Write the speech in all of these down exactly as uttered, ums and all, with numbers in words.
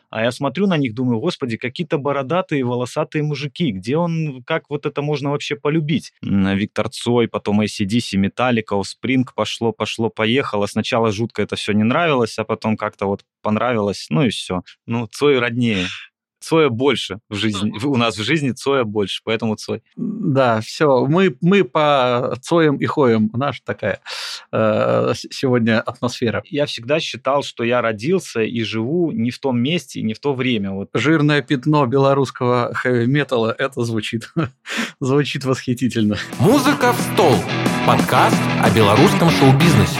А я смотрю на них, думаю, господи, какие-то бородатые, волосатые мужики. Где он, как вот это можно вообще полюбить? М, Виктор Цой, потом эй си ди си, Металлика, Offspring, пошло, пошло, поехало. Сначала жутко это все не нравилось, а потом как-то вот понравилось, ну и все. Ну, Цой роднее. Цоя больше в жизни. У нас в жизни Цоя больше, поэтому Цой. Да, все, мы, мы по Цоям и Хоям. Наша такая э, сегодня атмосфера. Я всегда считал, что я родился и живу не в том месте, не в то время. Вот. Жирное пятно белорусского хэви-металла, это звучит, звучит восхитительно. «Музыка в стол» – подкаст о белорусском шоу-бизнесе.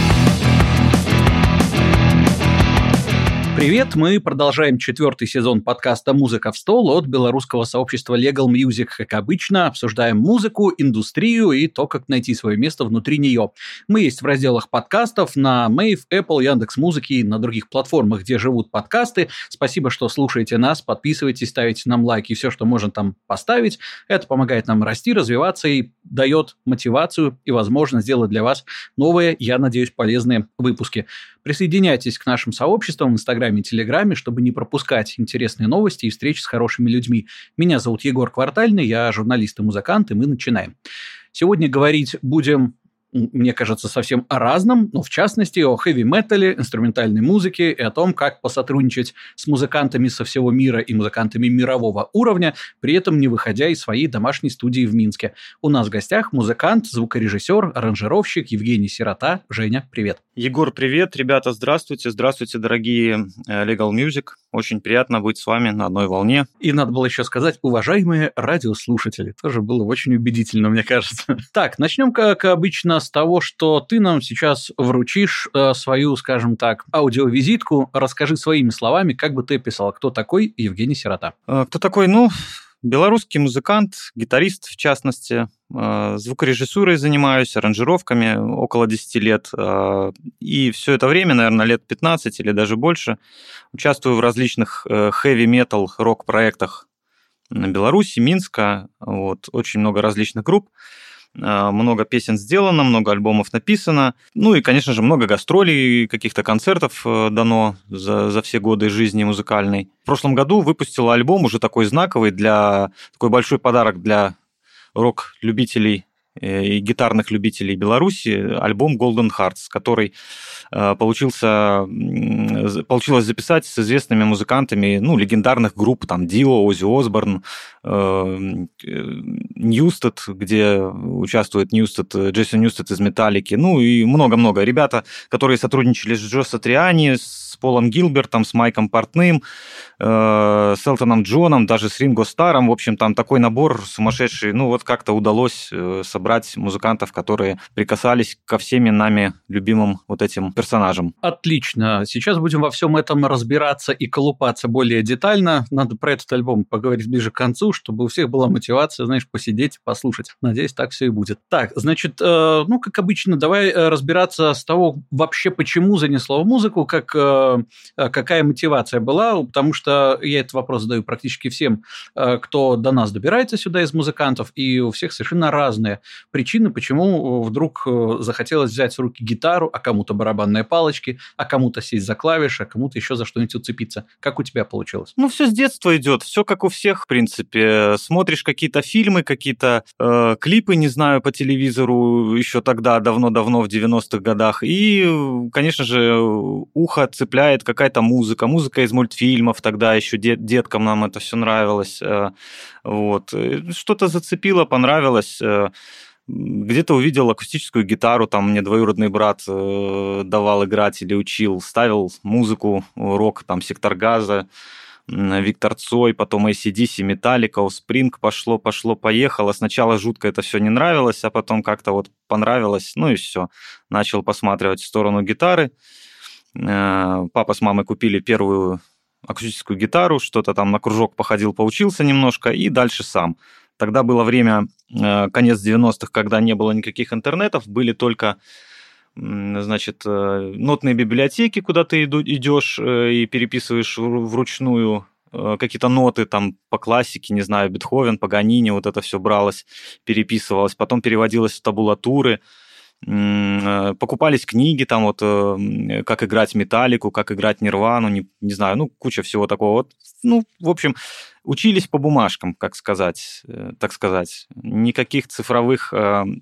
Привет, мы продолжаем четвертый сезон подкаста «Музыка в стол» от белорусского сообщества Legal Music. Как обычно, обсуждаем музыку, индустрию и то, как найти свое место внутри нее. Мы есть в разделах подкастов на Мэйв, Apple, Яндекс.Музыки и на других платформах, где живут подкасты. Спасибо, что слушаете нас, подписывайтесь, ставите нам лайки, все, что можно там поставить. Это помогает нам расти, развиваться и дает мотивацию и возможность сделать для вас новые, я надеюсь, полезные выпуски. Присоединяйтесь к нашим сообществам в Инстаграме и Телеграме, чтобы не пропускать интересные новости и встречи с хорошими людьми. Меня зовут Егор Квартальный, я журналист и музыкант, и мы начинаем. Сегодня говорить будем, мне кажется, совсем о разном, но в частности о хэви-метале, инструментальной музыке и о том, как посотрудничать с музыкантами со всего мира и музыкантами мирового уровня, при этом не выходя из своей домашней студии в Минске. У нас в гостях музыкант, звукорежиссер, аранжировщик Евгений Сирота. Женя, привет. Егор, привет. Ребята, здравствуйте. Здравствуйте, дорогие Legal Music. Очень приятно быть с вами на одной волне. И надо было еще сказать, уважаемые радиослушатели. Тоже было очень убедительно, мне кажется. Так, начнем, как обычно, с того, что ты нам сейчас вручишь э, свою, скажем так, аудиовизитку. Расскажи своими словами, как бы ты описал, кто такой Евгений Сирота. Кто такой? Ну, белорусский музыкант, гитарист, в частности. Звукорежиссурой занимаюсь, аранжировками около десяти лет. И все это время, наверное, лет пятнадцать или даже больше, участвую в различных хэви-метал рок-проектах на Беларуси, Минска. Вот, очень много различных групп. Много песен сделано, много альбомов написано. Ну и, конечно же, много гастролей, каких-то концертов дано за, за все годы жизни музыкальной. В прошлом году выпустил альбом уже такой знаковый, для, такой большой подарок для рок-любителей и гитарных любителей Беларуси, альбом Golden Hearts, который получился, получилось записать с известными музыкантами, ну, легендарных групп, там, Дио, Оззи Осборн, Ньюстед, где участвует Ньюстед, Джейсон Ньюстед из Металлики, ну, и много-много. Ребята, которые сотрудничали с Джо Сатриани, с Полом Гилбертом, с Майком Портным, с Элтоном Джоном, даже с Ринго Старром. В общем, там такой набор сумасшедший. Ну, вот как-то удалось собрать музыкантов, которые прикасались ко всеми нами любимым вот этим персонажам. Отлично. Сейчас будем во всем этом разбираться и колупаться более детально. Надо про этот альбом поговорить ближе к концу, чтобы у всех была мотивация, знаешь, посидеть, послушать. Надеюсь, так все и будет. Так, значит, э, ну, как обычно, давай разбираться с того, вообще почему занесло в музыку, как, э, какая мотивация была, потому что я этот вопрос задаю практически всем, э, кто до нас добирается сюда из музыкантов, и у всех совершенно разные причины, почему вдруг захотелось взять в руки гитару, а кому-то барабанные палочки, а кому-то сесть за клавиши, а кому-то еще за что-нибудь уцепиться. Как у тебя получилось? Ну, все с детства идет, все как у всех, в принципе. Смотришь какие-то фильмы, какие-то э, клипы, не знаю, по телевизору еще тогда, давно-давно, в девяностых годах, и, конечно же, ухо цепляет какая-то музыка, музыка из мультфильмов, тогда еще дет, деткам нам это все нравилось. Э, вот. Что-то зацепило, понравилось. Э, Где-то увидел акустическую гитару, там мне двоюродный брат э, давал играть или учил, ставил музыку, рок, там Сектор Газа, Виктор Цой, потом эй си ди си, Металлика, Offspring, пошло, пошло, поехало. Сначала жутко это все не нравилось, а потом как-то вот понравилось, ну и все. Начал посматривать в сторону гитары. Э, папа с мамой купили первую акустическую гитару, что-то там на кружок походил, поучился немножко и дальше сам. Тогда было время, конец девяностых, когда не было никаких интернетов, были только, значит, нотные библиотеки, куда ты идешь и переписываешь вручную какие-то ноты там по классике, не знаю, Бетховен, Паганини, вот это все бралось, переписывалось, потом переводилось в табулатуры. покупались книги, там вот, как играть Металлику, как играть Нирвану, не, не знаю, ну, куча всего такого. Вот, ну, в общем, учились по бумажкам, как сказать, так сказать. Никаких цифровых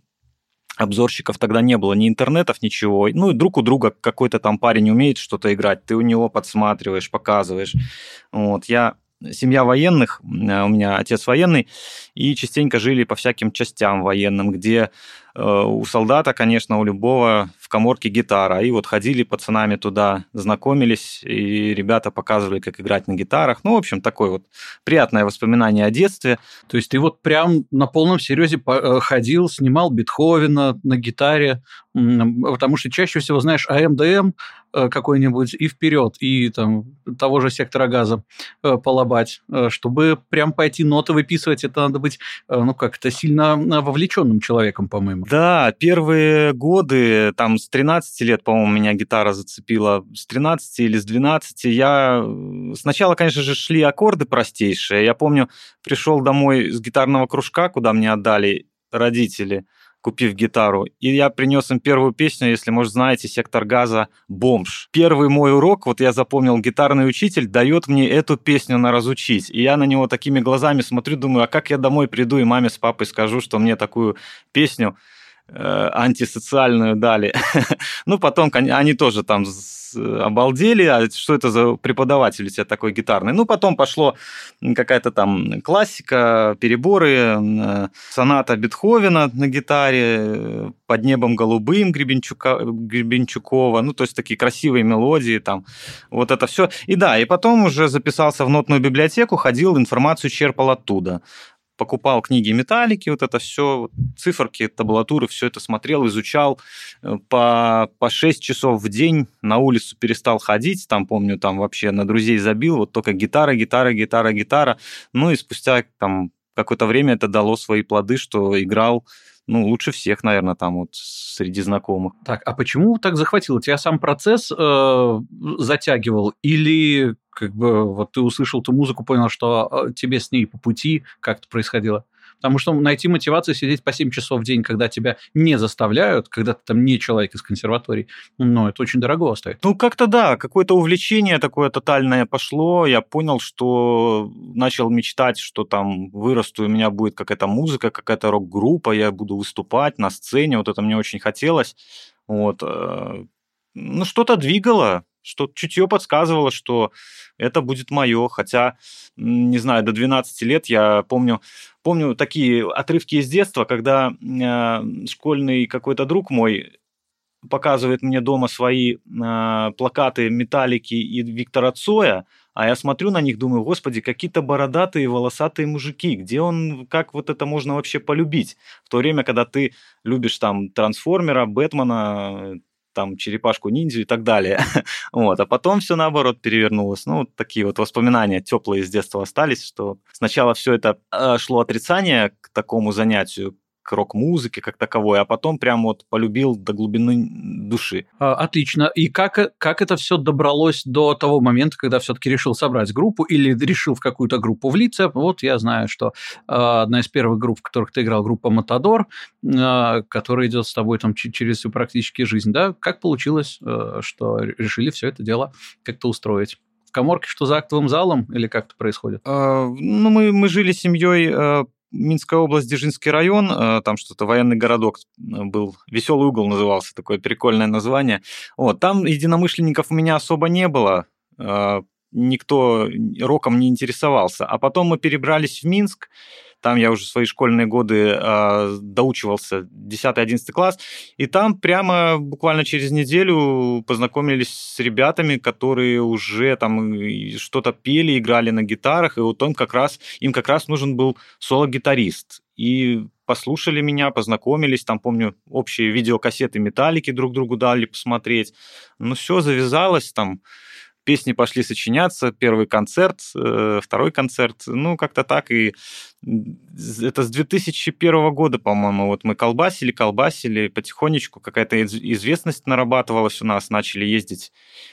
обзорщиков тогда не было, ни интернетов, ничего. Ну, и друг у друга какой-то там парень умеет что-то играть, ты у него подсматриваешь, показываешь. Вот, я... Семья военных, у меня отец военный, и частенько жили по всяким частям военным, где э, у солдата, конечно, у любого в каморке гитара. И вот ходили пацанами туда, знакомились, и ребята показывали, как играть на гитарах. Ну, в общем, такое вот приятное воспоминание о детстве. То есть ты вот прям на полном серьезе ходил, снимал Бетховена на гитаре, потому что чаще всего, знаешь, АМ-ДМ какой-нибудь и вперед, и там того же сектора газа полобать. Чтобы прям пойти ноты выписывать, это надо быть, ну, как-то сильно вовлеченным человеком, по-моему. Да, первые годы, там, с тринадцати лет, по-моему, меня гитара зацепила, с тринадцати или с двенадцати, я... Сначала, конечно же, шли аккорды простейшие. Я помню, пришел домой с гитарного кружка, куда мне отдали родители, купив гитару, и я принес им первую песню, если, может, знаете, «Сектор газа» «Бомж». Первый мой урок, вот я запомнил, гитарный учитель дает мне эту песню на разучить, и я на него такими глазами смотрю, думаю, а как я домой приду и маме с папой скажу, что мне такую песню э, антисоциальную дали. Ну, потом они тоже там обалдели, а что это за преподаватель у тебя такой гитарный? Ну, потом пошло какая-то там классика, переборы, соната Бетховена на гитаре, «Под небом голубым» Гребенчука, Гребенчукова, ну, то есть такие красивые мелодии там, вот это все. И да, и потом уже записался в нотную библиотеку, ходил, информацию черпал оттуда. Покупал книги Металлики, вот это все, циферки, табулатуры, все это смотрел, изучал. По, по шесть часов в день на улицу перестал ходить, там, помню, там вообще на друзей забил, вот только гитара, гитара, гитара, гитара. Ну и спустя там какое-то время это дало свои плоды, что играл, ну, лучше всех, наверное, там вот среди знакомых. Так, а почему так захватило? Тебя сам процесс э, затягивал или... Как бы вот ты услышал эту музыку, понял, что тебе с ней по пути как-то происходило. Потому что найти мотивацию сидеть по семь часов в день, когда тебя не заставляют, когда ты там не человек из консерватории, ну, это очень дорого стоит. Ну, как-то да, какое-то увлечение такое тотальное пошло. Я понял, что начал мечтать, что там вырасту, у меня будет какая-то музыка, какая-то рок-группа, я буду выступать на сцене, вот это мне очень хотелось. Вот. Ну, что-то двигало, что чутье подсказывало, что это будет мое. Хотя, не знаю, до двенадцати лет я помню, помню такие отрывки из детства, когда э, школьный какой-то друг мой показывает мне дома свои э, плакаты Металлики и Виктора Цоя, а я смотрю на них, думаю, господи, какие-то бородатые, волосатые мужики, где он, как вот это можно вообще полюбить? В то время, когда ты любишь там Трансформера, Бэтмена, там, Черепашку-ниндзю и так далее. Вот. А потом все наоборот перевернулось. Ну, вот такие вот воспоминания теплые из детства остались, что сначала все это шло отрицание к такому занятию, к рок-музыке как таковой, а потом прям вот полюбил до глубины души. Отлично. И как, как это все добралось до того момента, когда все-таки решил собрать группу или решил в какую-то группу влиться? Вот я знаю, что одна из первых групп, в которых ты играл, группа «Матадор», которая идет с тобой там через всю практически жизнь, да? Как получилось, что решили все это дело как-то устроить? В каморке, что за актовым залом, или как это происходит? А, ну, мы, мы жили с семьей... Минская область, Дзержинский район, там что-то военный городок был, «Веселый угол» назывался, такое прикольное название. Вот, там единомышленников у меня особо не было, никто роком не интересовался. А потом мы перебрались в Минск, там я уже свои школьные годы э, доучивался, десятый-одиннадцатый класс, и там прямо буквально через неделю познакомились с ребятами, которые уже там что-то пели, играли на гитарах, и вот он как раз, им как раз нужен был соло-гитарист. И послушали меня, познакомились, там, помню, общие видеокассеты Металлики друг другу дали посмотреть. Ну, все завязалось там. Песни пошли сочиняться, первый концерт, второй концерт, ну, как-то так, и это с две тысячи первого года, по-моему, вот мы колбасили, колбасили, потихонечку какая-то известность нарабатывалась у нас, начали ездить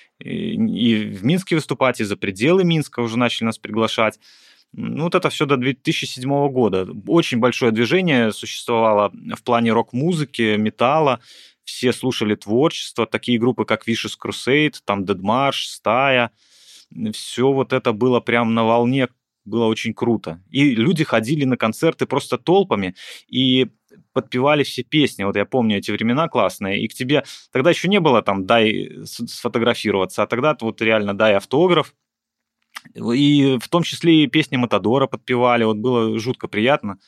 и в Минске выступать, и за пределы Минска уже начали нас приглашать. Ну, вот это все до две тысячи седьмого года. Очень большое движение существовало в плане рок-музыки, металла. все слушали творчество, такие группы, как Vicious Crusade, там Dead March, Стая, все вот это было прям на волне, было очень круто. И люди ходили на концерты просто толпами и подпевали все песни. Вот я помню эти времена классные. И к тебе... Тогда еще не было там «дай сфотографироваться», а тогда вот реально «дай автограф». И в том числе и песни Матадора подпевали. Вот было жутко приятно.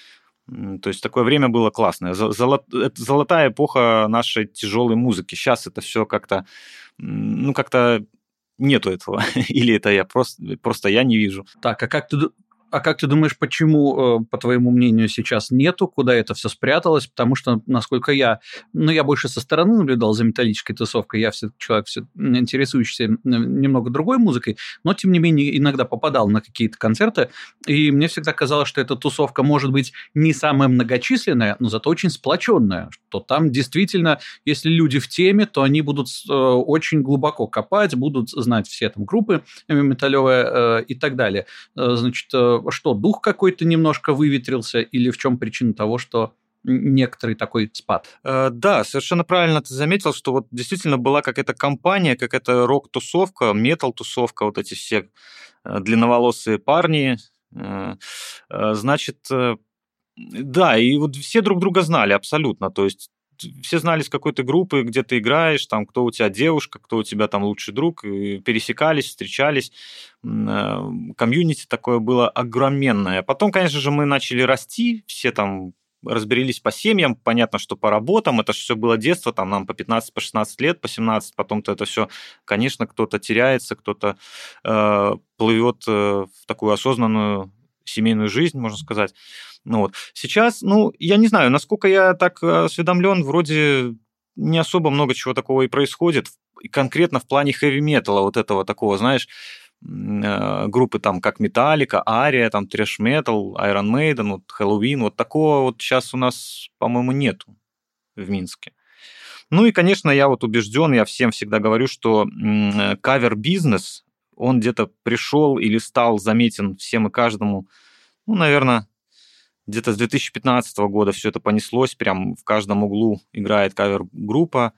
То есть такое время было классное. Золотая эпоха нашей тяжелой музыки. Сейчас это все как-то... Ну, как-то нету этого. Или это я просто... Просто я не вижу. Так, а как ты... А как ты думаешь, почему, по твоему мнению, сейчас нету, куда это все спряталось? Потому что, насколько я, ну, я больше со стороны наблюдал за металлической тусовкой, я все человек, все интересующийся немного другой музыкой, но, тем не менее, иногда попадал на какие-то концерты, и мне всегда казалось, что эта тусовка может быть не самая многочисленная, но зато очень сплоченная, что там действительно, если люди в теме, то они будут очень глубоко копать, будут знать все там группы металлевые и так далее. Значит, что, дух какой-то немножко выветрился, или в чем причина того, что некоторый такой спад? Э, да, совершенно правильно ты заметил, что вот действительно была какая-то компания, какая-то рок-тусовка, метал-тусовка, вот эти все длинноволосые парни. Э, э, значит, э, да, и вот все друг друга знали абсолютно, то есть все знали, с какой ты группы, где ты играешь, там, кто у тебя девушка, кто у тебя там лучший друг, и пересекались, встречались. Комьюнити такое было огроменное. Потом, конечно же, мы начали расти, все там разбрелись по семьям, понятно, что по работам, это же все было детство, там нам по пятнадцать, по шестнадцать лет, по семнадцать, потом-то это все, конечно, кто-то теряется, кто-то э, плывет э, в такую осознанную семейную жизнь, можно сказать. Ну, вот. Сейчас, ну, я не знаю, насколько я так осведомлен, вроде не особо много чего такого и происходит, и конкретно в плане хэви-металла, вот этого такого, знаешь, группы там как Metallica, Aria, там Thrash Metal, Iron Maiden, вот Halloween, вот такого вот сейчас у нас, по-моему, нету в Минске. Ну и, конечно, я вот убежден, я всем всегда говорю, что кавер-бизнес, он где-то пришел или стал заметен всем и каждому, ну, наверное, где-то с две тысячи пятнадцатого года все это понеслось, прям в каждом углу играет кавер-группа.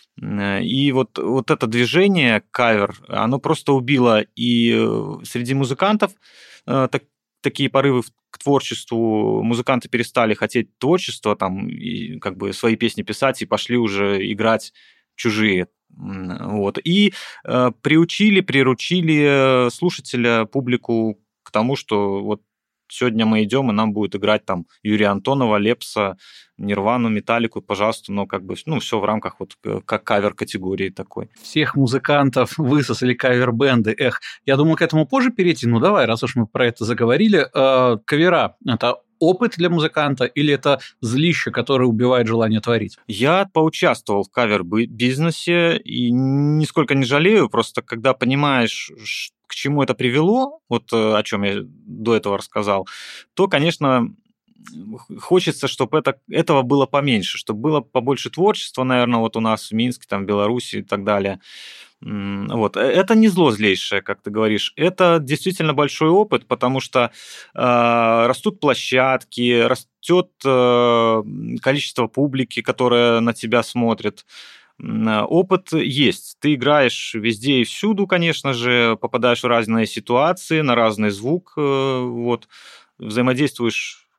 И вот, вот это движение кавер, оно просто убило и среди музыкантов так, такие порывы к творчеству. Музыканты перестали хотеть творчества, там, и как бы свои песни писать, и пошли уже играть чужие. Вот. И э, приучили, приручили слушателя, публику к тому, что вот сегодня мы идем, и нам будет играть там Юрия Антонова, Лепса, Нирвану, Металлику, пожалуйста, но как бы, ну, все в рамках вот как кавер-категории такой. Всех музыкантов высосали кавер-бенды. Эх, я думал к этому позже перейти, ну давай, раз уж мы про это заговорили. Э, кавера – это опыт для музыканта или это злище, которое убивает желание творить? Я поучаствовал в кавер-бизнесе и нисколько не жалею, просто когда понимаешь, к чему это привело, вот о чем я до этого рассказал, то, конечно, хочется, чтобы это, этого было поменьше, чтобы было побольше творчества, наверное, вот у нас в Минске, там, в Беларуси и так далее. Вот. Это не зло злейшее, как ты говоришь, это действительно большой опыт, потому что э, растут площадки, растет э, количество публики, которая на тебя смотрит. Опыт есть. Ты играешь везде и всюду, конечно же, попадаешь в разные ситуации, на разный звук, вот, взаимодействуешь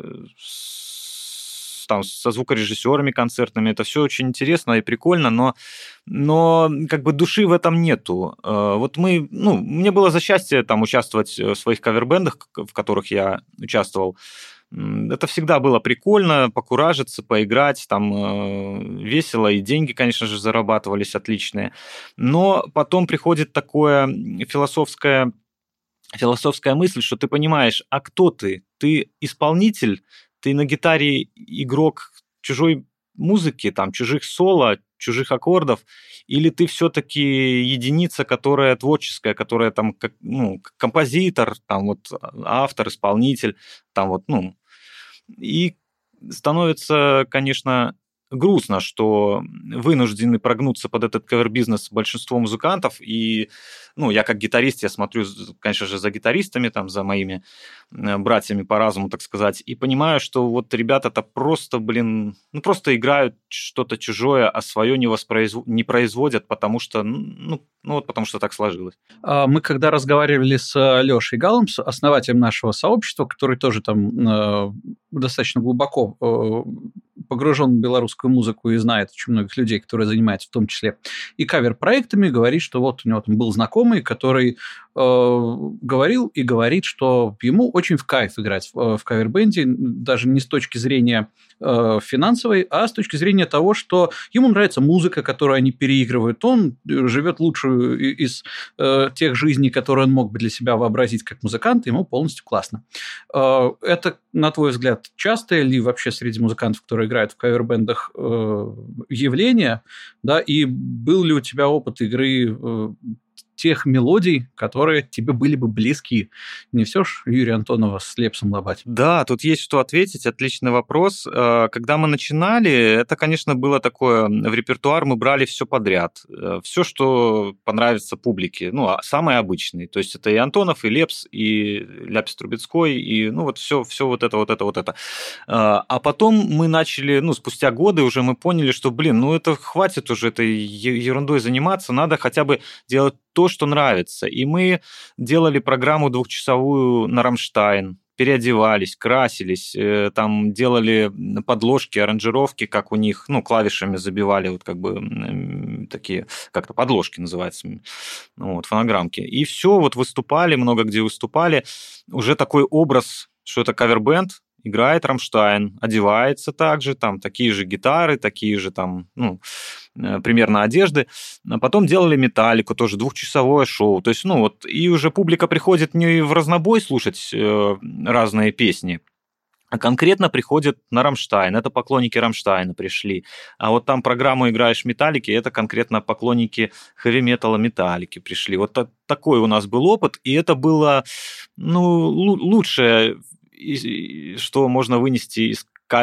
с, там, со звукорежиссерами концертными. Это все очень интересно и прикольно, но, но как бы души в этом нету. Вот мы, ну, мне было за счастье там участвовать в своих кавербендах, в которых я участвовал. Это всегда было прикольно, покуражиться, поиграть, там э, весело, и деньги, конечно же, зарабатывались отличные. Но потом приходит такое философское, философская мысль, что ты понимаешь, а кто ты? Ты исполнитель, ты на гитаре игрок чужой музыки, там, чужих соло, чужих аккордов, или ты все-таки единица, которая творческая, которая там, как, ну, композитор, там вот автор, исполнитель, там вот, ну, и становится, конечно, грустно, что вынуждены прогнуться под этот кавер-бизнес большинство музыкантов, и, ну, я как гитарист, я смотрю, конечно же, за гитаристами, там, за моими братьями по разуму, так сказать, и понимаю, что вот ребята-то просто, блин, ну, просто играют что-то чужое, а свое не, воспроизв... не производят, потому что, ну, ну, вот потому что так сложилось. Мы когда разговаривали с Лешей Галом, основателем нашего сообщества, который тоже там э, достаточно глубоко э, погружен в белорусскую музыку и знает очень многих людей, которые занимаются в том числе и кавер-проектами, говорит, что вот у него там был знакомый, который э, говорил и говорит, что ему очень в кайф играть в, в кавер-бенде, даже не с точки зрения э, финансовой, а с точки зрения того, что ему нравится музыка, которую они переигрывают, он живет лучшую из э, тех жизней, которые он мог бы для себя вообразить как музыкант, ему полностью классно. Э, это, на твой взгляд, частое ли вообще среди музыкантов, которые играют в кавер-бендах, э, явление, да, и был ли у тебя опыт игры э, тех мелодий, которые тебе были бы близки? Не все ж Юрия Антонова с Лепсом лобать. Да, тут есть что ответить, отличный вопрос. Когда мы начинали, это, конечно, было такое, в репертуар мы брали все подряд, все, что понравится публике, ну, самые обычные, то есть это и Антонов, и Лепс, и Ляпис Трубецкой, и, ну, вот все, все вот это, вот это, вот это. А потом мы начали, ну, спустя годы уже мы поняли, что, блин, ну, это хватит уже этой ерундой заниматься, надо хотя бы делать то, что нравится. И мы делали программу двухчасовую на Рамштайн, переодевались, красились, там делали подложки, аранжировки, как у них, ну, клавишами забивали, вот как бы такие, как-то подложки называются, вот, фонограммки. И все, вот выступали, много где выступали. Уже такой образ, что это кавер-бенд, играет Рамштайн, одевается также, там такие же гитары, такие же там, ну, примерно одежды. А потом делали Металлику, тоже двухчасовое шоу. То есть, ну, вот, и уже публика приходит не в разнобой слушать э, разные песни, а конкретно приходят на Рамштайн. Это поклонники Рамштайна пришли. А вот там программу «Играешь Металлики», это конкретно поклонники хэви-металла Металлики пришли. Вот так, такой у нас был опыт, и это было, ну, л- лучшее, что можно вынести из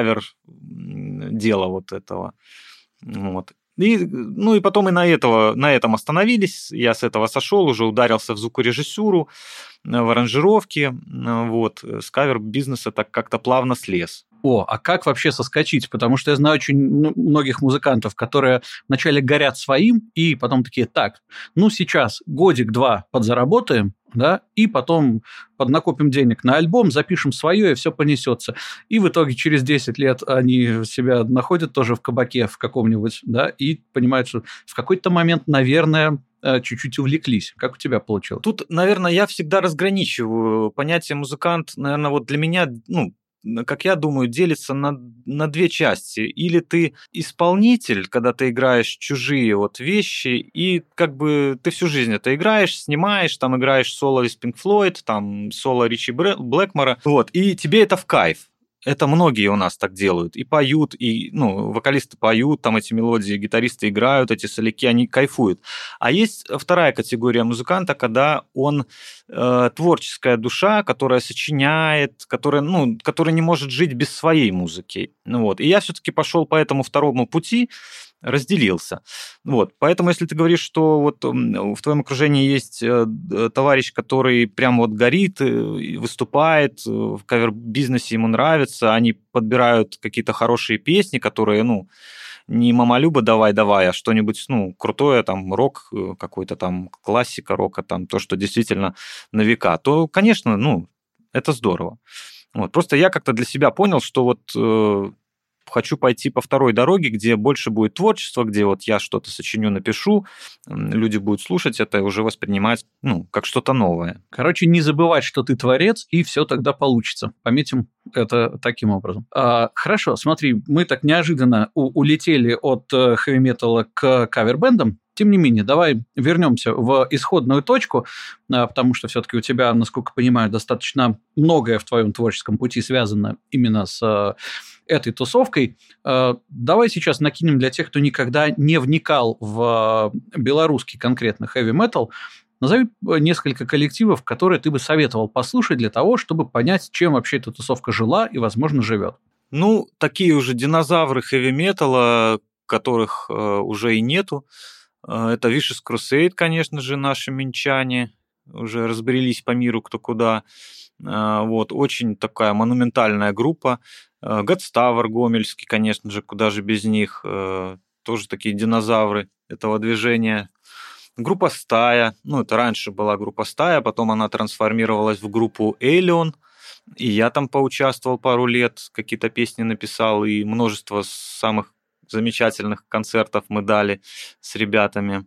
кавер-дела вот этого. Вот. И, ну и потом и на, этого, на этом остановились, я с этого сошел, уже ударился в звукорежиссуру, в аранжировке, вот, с кавер-бизнеса так как-то плавно слез. О, а как вообще соскочить? Потому что я знаю очень многих музыкантов, которые вначале горят своим, и потом такие, так, ну сейчас годик-два подзаработаем, да, и потом поднакопим денег на альбом, запишем свое, и все понесется. И в итоге через десять лет они себя находят тоже в кабаке в каком-нибудь, да, и понимают, что в какой-то момент, наверное, чуть-чуть увлеклись. Как у тебя получилось? Тут, наверное, я всегда разграничиваю понятие музыкант, наверное, вот для меня, ну, как я думаю, делится на, на две части. Или ты исполнитель, когда ты играешь чужие вот вещи, и как бы ты всю жизнь это играешь, снимаешь, там играешь соло из Pink Floyd, там соло Ричи Блэкмора, вот, и тебе это в кайф. Это многие у нас так делают. И поют, и, ну, вокалисты поют, там эти мелодии, гитаристы играют, эти соляки, они кайфуют. А есть вторая категория музыканта, когда он э, творческая душа, которая сочиняет, которая, ну, которая не может жить без своей музыки. Ну, вот. И я все-таки пошел по этому второму пути, разделился. Вот. Поэтому, если ты говоришь, что вот в твоем окружении есть товарищ, который прям вот горит, выступает, в кавер-бизнесе ему нравится, они подбирают какие-то хорошие песни, которые, ну, не мамалюба давай-давай, а что-нибудь, ну, крутое, там, рок какой-то там, классика рока, там, то, что действительно на века, то, конечно, ну, это здорово. Вот. Просто я как-то для себя понял, что вот э, хочу пойти по второй дороге, где больше будет творчества, где вот я что-то сочиню, напишу, люди будут слушать это и уже воспринимать, ну, как что-то новое. Короче, не забывать, что ты творец, и все тогда получится. Пометим это таким образом. А, хорошо, смотри, мы так неожиданно у- улетели от хэви-металла к кавер-бендам. Тем не менее, давай вернемся в исходную точку, потому что все-таки у тебя, насколько понимаю, достаточно многое в твоем творческом пути связано именно с этой тусовкой. Давай сейчас накинем для тех, кто никогда не вникал в белорусский конкретно хэви-метал, назови несколько коллективов, которые ты бы советовал послушать для того, чтобы понять, чем вообще эта тусовка жила и, возможно, живет. Ну, такие уже динозавры хэви-металла, которых э, уже и нету. Э, это Vicious Crusade, конечно же, наши минчане. Уже разбрелись по миру кто куда. Э, вот, очень такая монументальная группа. Э, Godstower гомельский, конечно же, куда же без них. Э, тоже такие динозавры этого движения. Группа «Стая». Ну, это раньше была группа «Стая», потом она трансформировалась в группу «Элион». И я там поучаствовал пару лет, какие-то песни написал, и множество самых замечательных концертов мы дали с ребятами.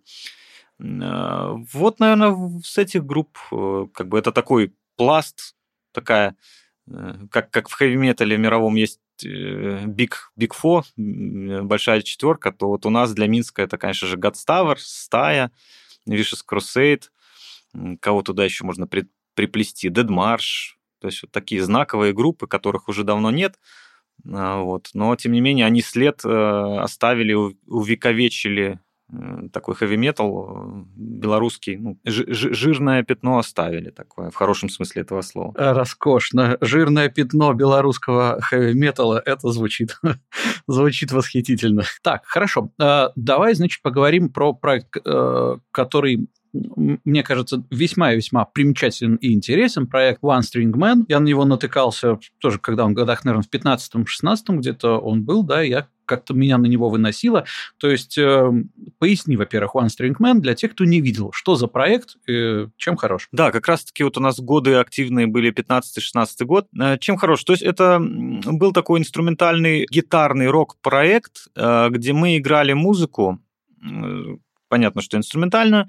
Вот, наверное, с этих групп, как бы это такой пласт, такая, как, как в хэви-метале мировом есть Big, Big Four, большая четверка, то вот у нас для Минска это, конечно же, Godstower, «Стая», Vicious Crusade, кого туда еще можно при, приплести, Dead March. То есть вот такие знаковые группы, которых уже давно нет. Вот. Но, тем не менее, они след оставили, увековечили такой хэви-метал белорусский. Ну, жирное пятно оставили такое, в хорошем смысле этого слова. Роскошно. Жирное пятно белорусского хэви-металла. Это звучит, звучит восхитительно. Так, хорошо. Давай, значит, поговорим про проект, который... мне кажется, весьма и весьма примечателен и интересен, проект One String Man. Я на него натыкался тоже, когда он в годах, наверное, в пятнадцатом-шестнадцатом где-то он был, да, я как-то меня на него выносило. То есть, э, поясни, во-первых, One String Man для тех, кто не видел, что за проект, э, чем хорош. Да, как раз-таки вот у нас годы активные были пятнадцатый-шестнадцатый год. Чем хорош? То есть, это был такой инструментальный гитарный рок-проект, где мы играли музыку, понятно, что инструментально,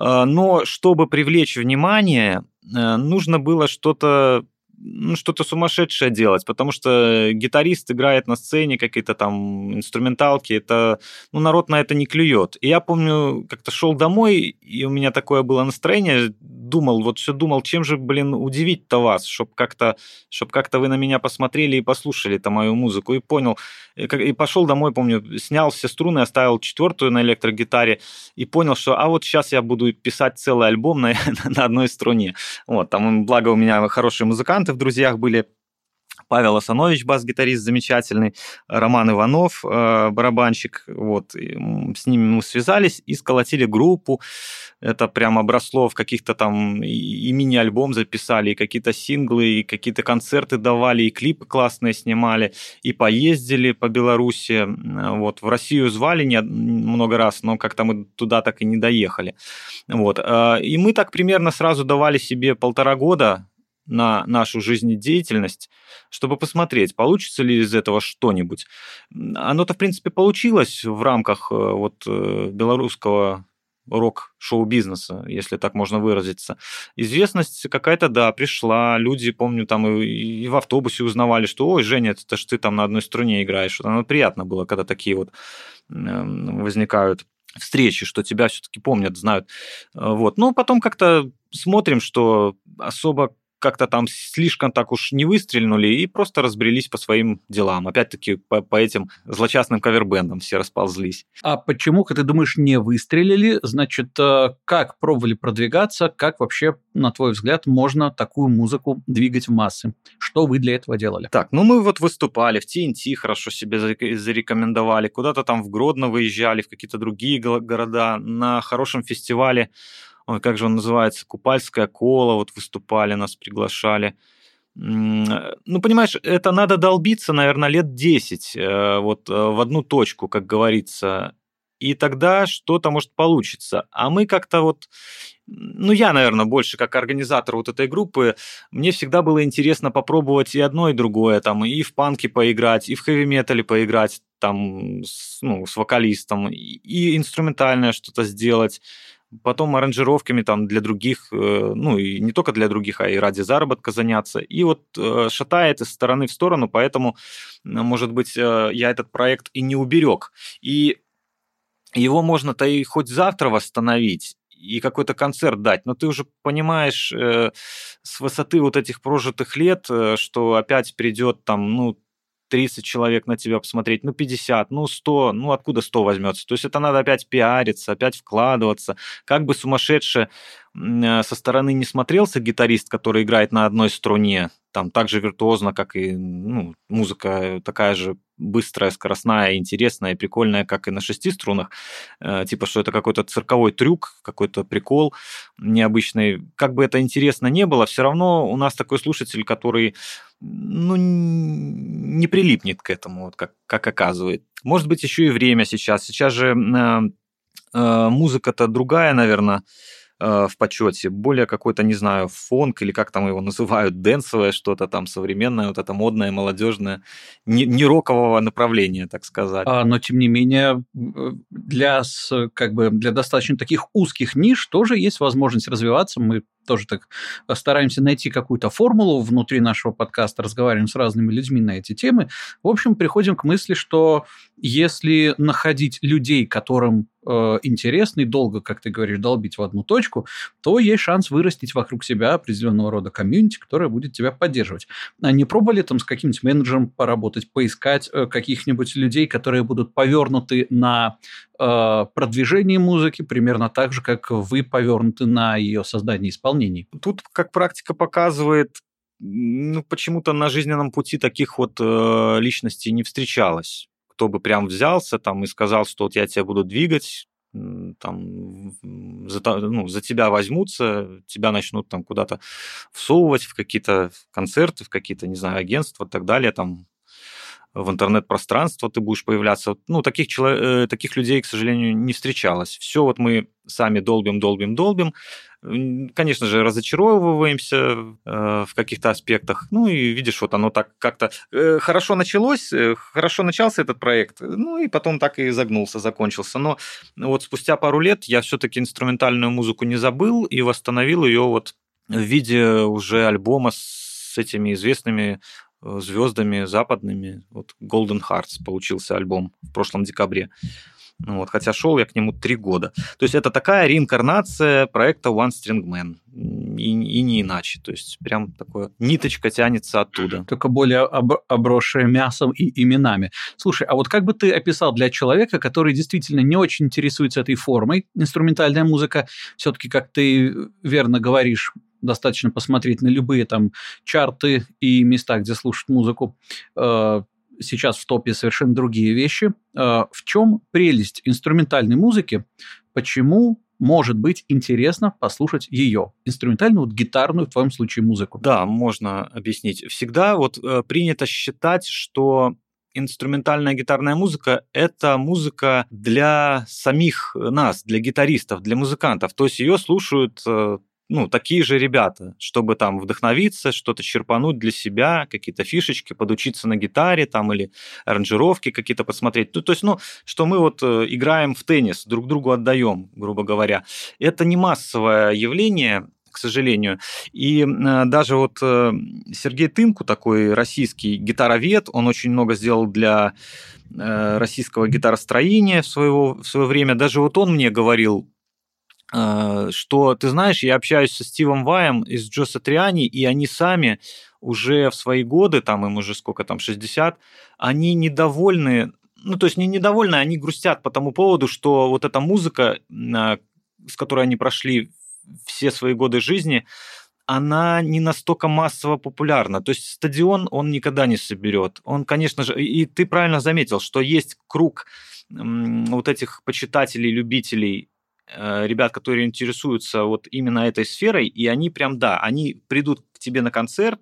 но чтобы привлечь внимание, нужно было что-то, ну, что-то сумасшедшее делать, потому что гитарист играет на сцене какие-то там инструменталки, это, ну, народ на это не клюет. И я помню, как-то шел домой, и у меня такое было настроение, думал, вот все думал, чем же, блин, удивить-то вас, чтобы как-то, чтоб как-то вы на меня посмотрели и послушали-то мою музыку, и понял, и, и пошел домой, помню, снял все струны, оставил четвертую на электрогитаре, и понял, что, а вот сейчас я буду писать целый альбом на, на одной струне. Вот, там, благо, у меня хорошие музыканты в друзьях были. Павел Асанович, бас-гитарист замечательный, Роман Иванов, э, барабанщик. Вот, с ними мы связались и сколотили группу. Это прям обросло в каких-то там и, и мини-альбом записали, и какие-то синглы, и какие-то концерты давали, и клипы классные снимали, и поездили по Беларуси. Вот, в Россию звали не, много раз, но как-то мы туда так и не доехали. Вот, э, и мы так примерно сразу давали себе полтора года на нашу жизнедеятельность, чтобы посмотреть, получится ли из этого что-нибудь. Оно-то, в принципе, получилось в рамках вот белорусского рок-шоу-бизнеса, если так можно выразиться. Известность какая-то, да, пришла. Люди, помню, там и, и в автобусе узнавали, что, ой, Женя, это ж ты там на одной струне играешь. Оно приятно было, когда такие вот возникают встречи, что тебя все-таки помнят, знают. Вот. Но потом как-то смотрим, что особо как-то там слишком так уж не выстрельнули и просто разбрелись по своим делам. Опять-таки по, по этим злочастным кавербэндам все расползлись. А почему, как ты думаешь, не выстрелили? Значит, как пробовали продвигаться? Как вообще, на твой взгляд, можно такую музыку двигать в массы? Что вы для этого делали? Так, ну мы вот выступали в ти эн ти, хорошо себе зарекомендовали, куда-то там в Гродно выезжали, в какие-то другие города, на хорошем фестивале. Ой, как же он называется? Купальская кола, вот выступали, нас приглашали. Ну, понимаешь, это надо долбиться, наверное, лет десять вот в одну точку, как говорится, и тогда что-то, может, получится. А мы как-то вот... Ну, я, наверное, больше как организатор вот этой группы, мне всегда было интересно попробовать и одно, и другое, там, и в панке поиграть, и в хэви-метале поиграть, там, с, ну, с вокалистом, и инструментальное что-то сделать, потом аранжировками там для других, ну и не только для других, а и ради заработка заняться. И вот шатает из стороны в сторону, поэтому, может быть, я этот проект и не уберег. И его можно-то и хоть завтра восстановить, и какой-то концерт дать, но ты уже понимаешь с высоты вот этих прожитых лет, что опять придет там, ну, тридцать человек на тебя посмотреть, ну, пятьдесят, ну, сто, ну, откуда сто возьмется? То есть это надо опять пиариться, опять вкладываться. Как бы сумасшедше со стороны не смотрелся гитарист, который играет на одной струне, там так же виртуозно, как и ну, музыка такая же быстрая, скоростная, интересная и прикольная, как и на шести струнах, э, типа, что это какой-то цирковой трюк, какой-то прикол необычный. Как бы это интересно не было, все равно у нас такой слушатель, который ну, не прилипнет к этому, вот как, как оказывает. Может быть, еще и время сейчас. Сейчас же э, э, музыка-то другая, наверное, в почете, более какой-то, не знаю, фонк или как там его называют, дэнсовое что-то там современное, вот это модное, молодежное, не, не рокового направления, так сказать. А, но, тем не менее, для, как бы, для достаточно таких узких ниш тоже есть возможность развиваться. Мы тоже так стараемся найти какую-то формулу внутри нашего подкаста, разговариваем с разными людьми на эти темы. В общем, приходим к мысли, что если находить людей, которым э, интересно и долго, как ты говоришь, долбить в одну точку, то есть шанс вырастить вокруг себя определенного рода комьюнити, которое будет тебя поддерживать. А не пробовали там с каким-нибудь менеджером поработать, поискать э, каких-нибудь людей, которые будут повернуты на э, продвижение музыки, примерно так же, как вы повернуты на ее создание и исполнение? Тут, как практика показывает, ну, почему-то на жизненном пути таких вот э, личностей не встречалось. Кто бы прям взялся там и сказал, что вот я тебя буду двигать, там, за, ну, за тебя возьмутся, тебя начнут там куда-то всовывать в какие-то концерты, в какие-то, не знаю, агентства и так далее, там, в интернет-пространство ты будешь появляться. Ну, таких, человек, таких людей, к сожалению, не встречалось. Все вот мы сами долбим, долбим, долбим. Конечно же, разочаровываемся э, в каких-то аспектах. Ну, и видишь, вот оно так как-то э, хорошо началось, э, хорошо начался этот проект, ну, и потом так и загнулся, закончился. Но вот спустя пару лет я все-таки инструментальную музыку не забыл и восстановил ее вот в виде уже альбома с этими известными звездами западными. Вот Golden Hearts получился альбом в прошлом декабре. Ну, вот, хотя шел я к нему три года. То есть это такая реинкарнация проекта One String Man. И, и не иначе. То есть прям такое ниточка тянется оттуда. Только более об- обросшая мясом и именами. Слушай, а вот как бы ты описал для человека, который действительно не очень интересуется этой формой, инструментальная музыка, все-таки, как ты верно говоришь, достаточно посмотреть на любые там чарты и места, где слушать музыку. Сейчас в топе совершенно другие вещи. В чем прелесть инструментальной музыки? Почему может быть интересно послушать ее? Инструментальную, вот гитарную, в твоем случае, музыку. Да, можно объяснить. Всегда вот принято считать, что инструментальная гитарная музыка – это музыка для самих нас, для гитаристов, для музыкантов. То есть ее слушают ну, такие же ребята, чтобы там вдохновиться, что-то черпануть для себя, какие-то фишечки, подучиться на гитаре там или аранжировки какие-то посмотреть. Ну, то есть, ну, что мы вот играем в теннис, друг другу отдаем, грубо говоря. Это не массовое явление, к сожалению. И даже вот Сергей Тымку, такой российский гитаровед, он очень много сделал для российского гитаростроения в, своего, в свое время. Даже вот он мне говорил, что, ты знаешь, я общаюсь со Стивом Ваем из Джо Сатриани, и они сами уже в свои годы, там им уже сколько там, шестьдесят, они недовольны, ну, то есть не недовольны, они грустят по тому поводу, что вот эта музыка, с которой они прошли все свои годы жизни, она не настолько массово популярна. То есть стадион он никогда не соберет. Он, конечно же, и ты правильно заметил, что есть круг вот этих почитателей, любителей, ребят, которые интересуются вот именно этой сферой, и они прям, да, они придут к тебе на концерт,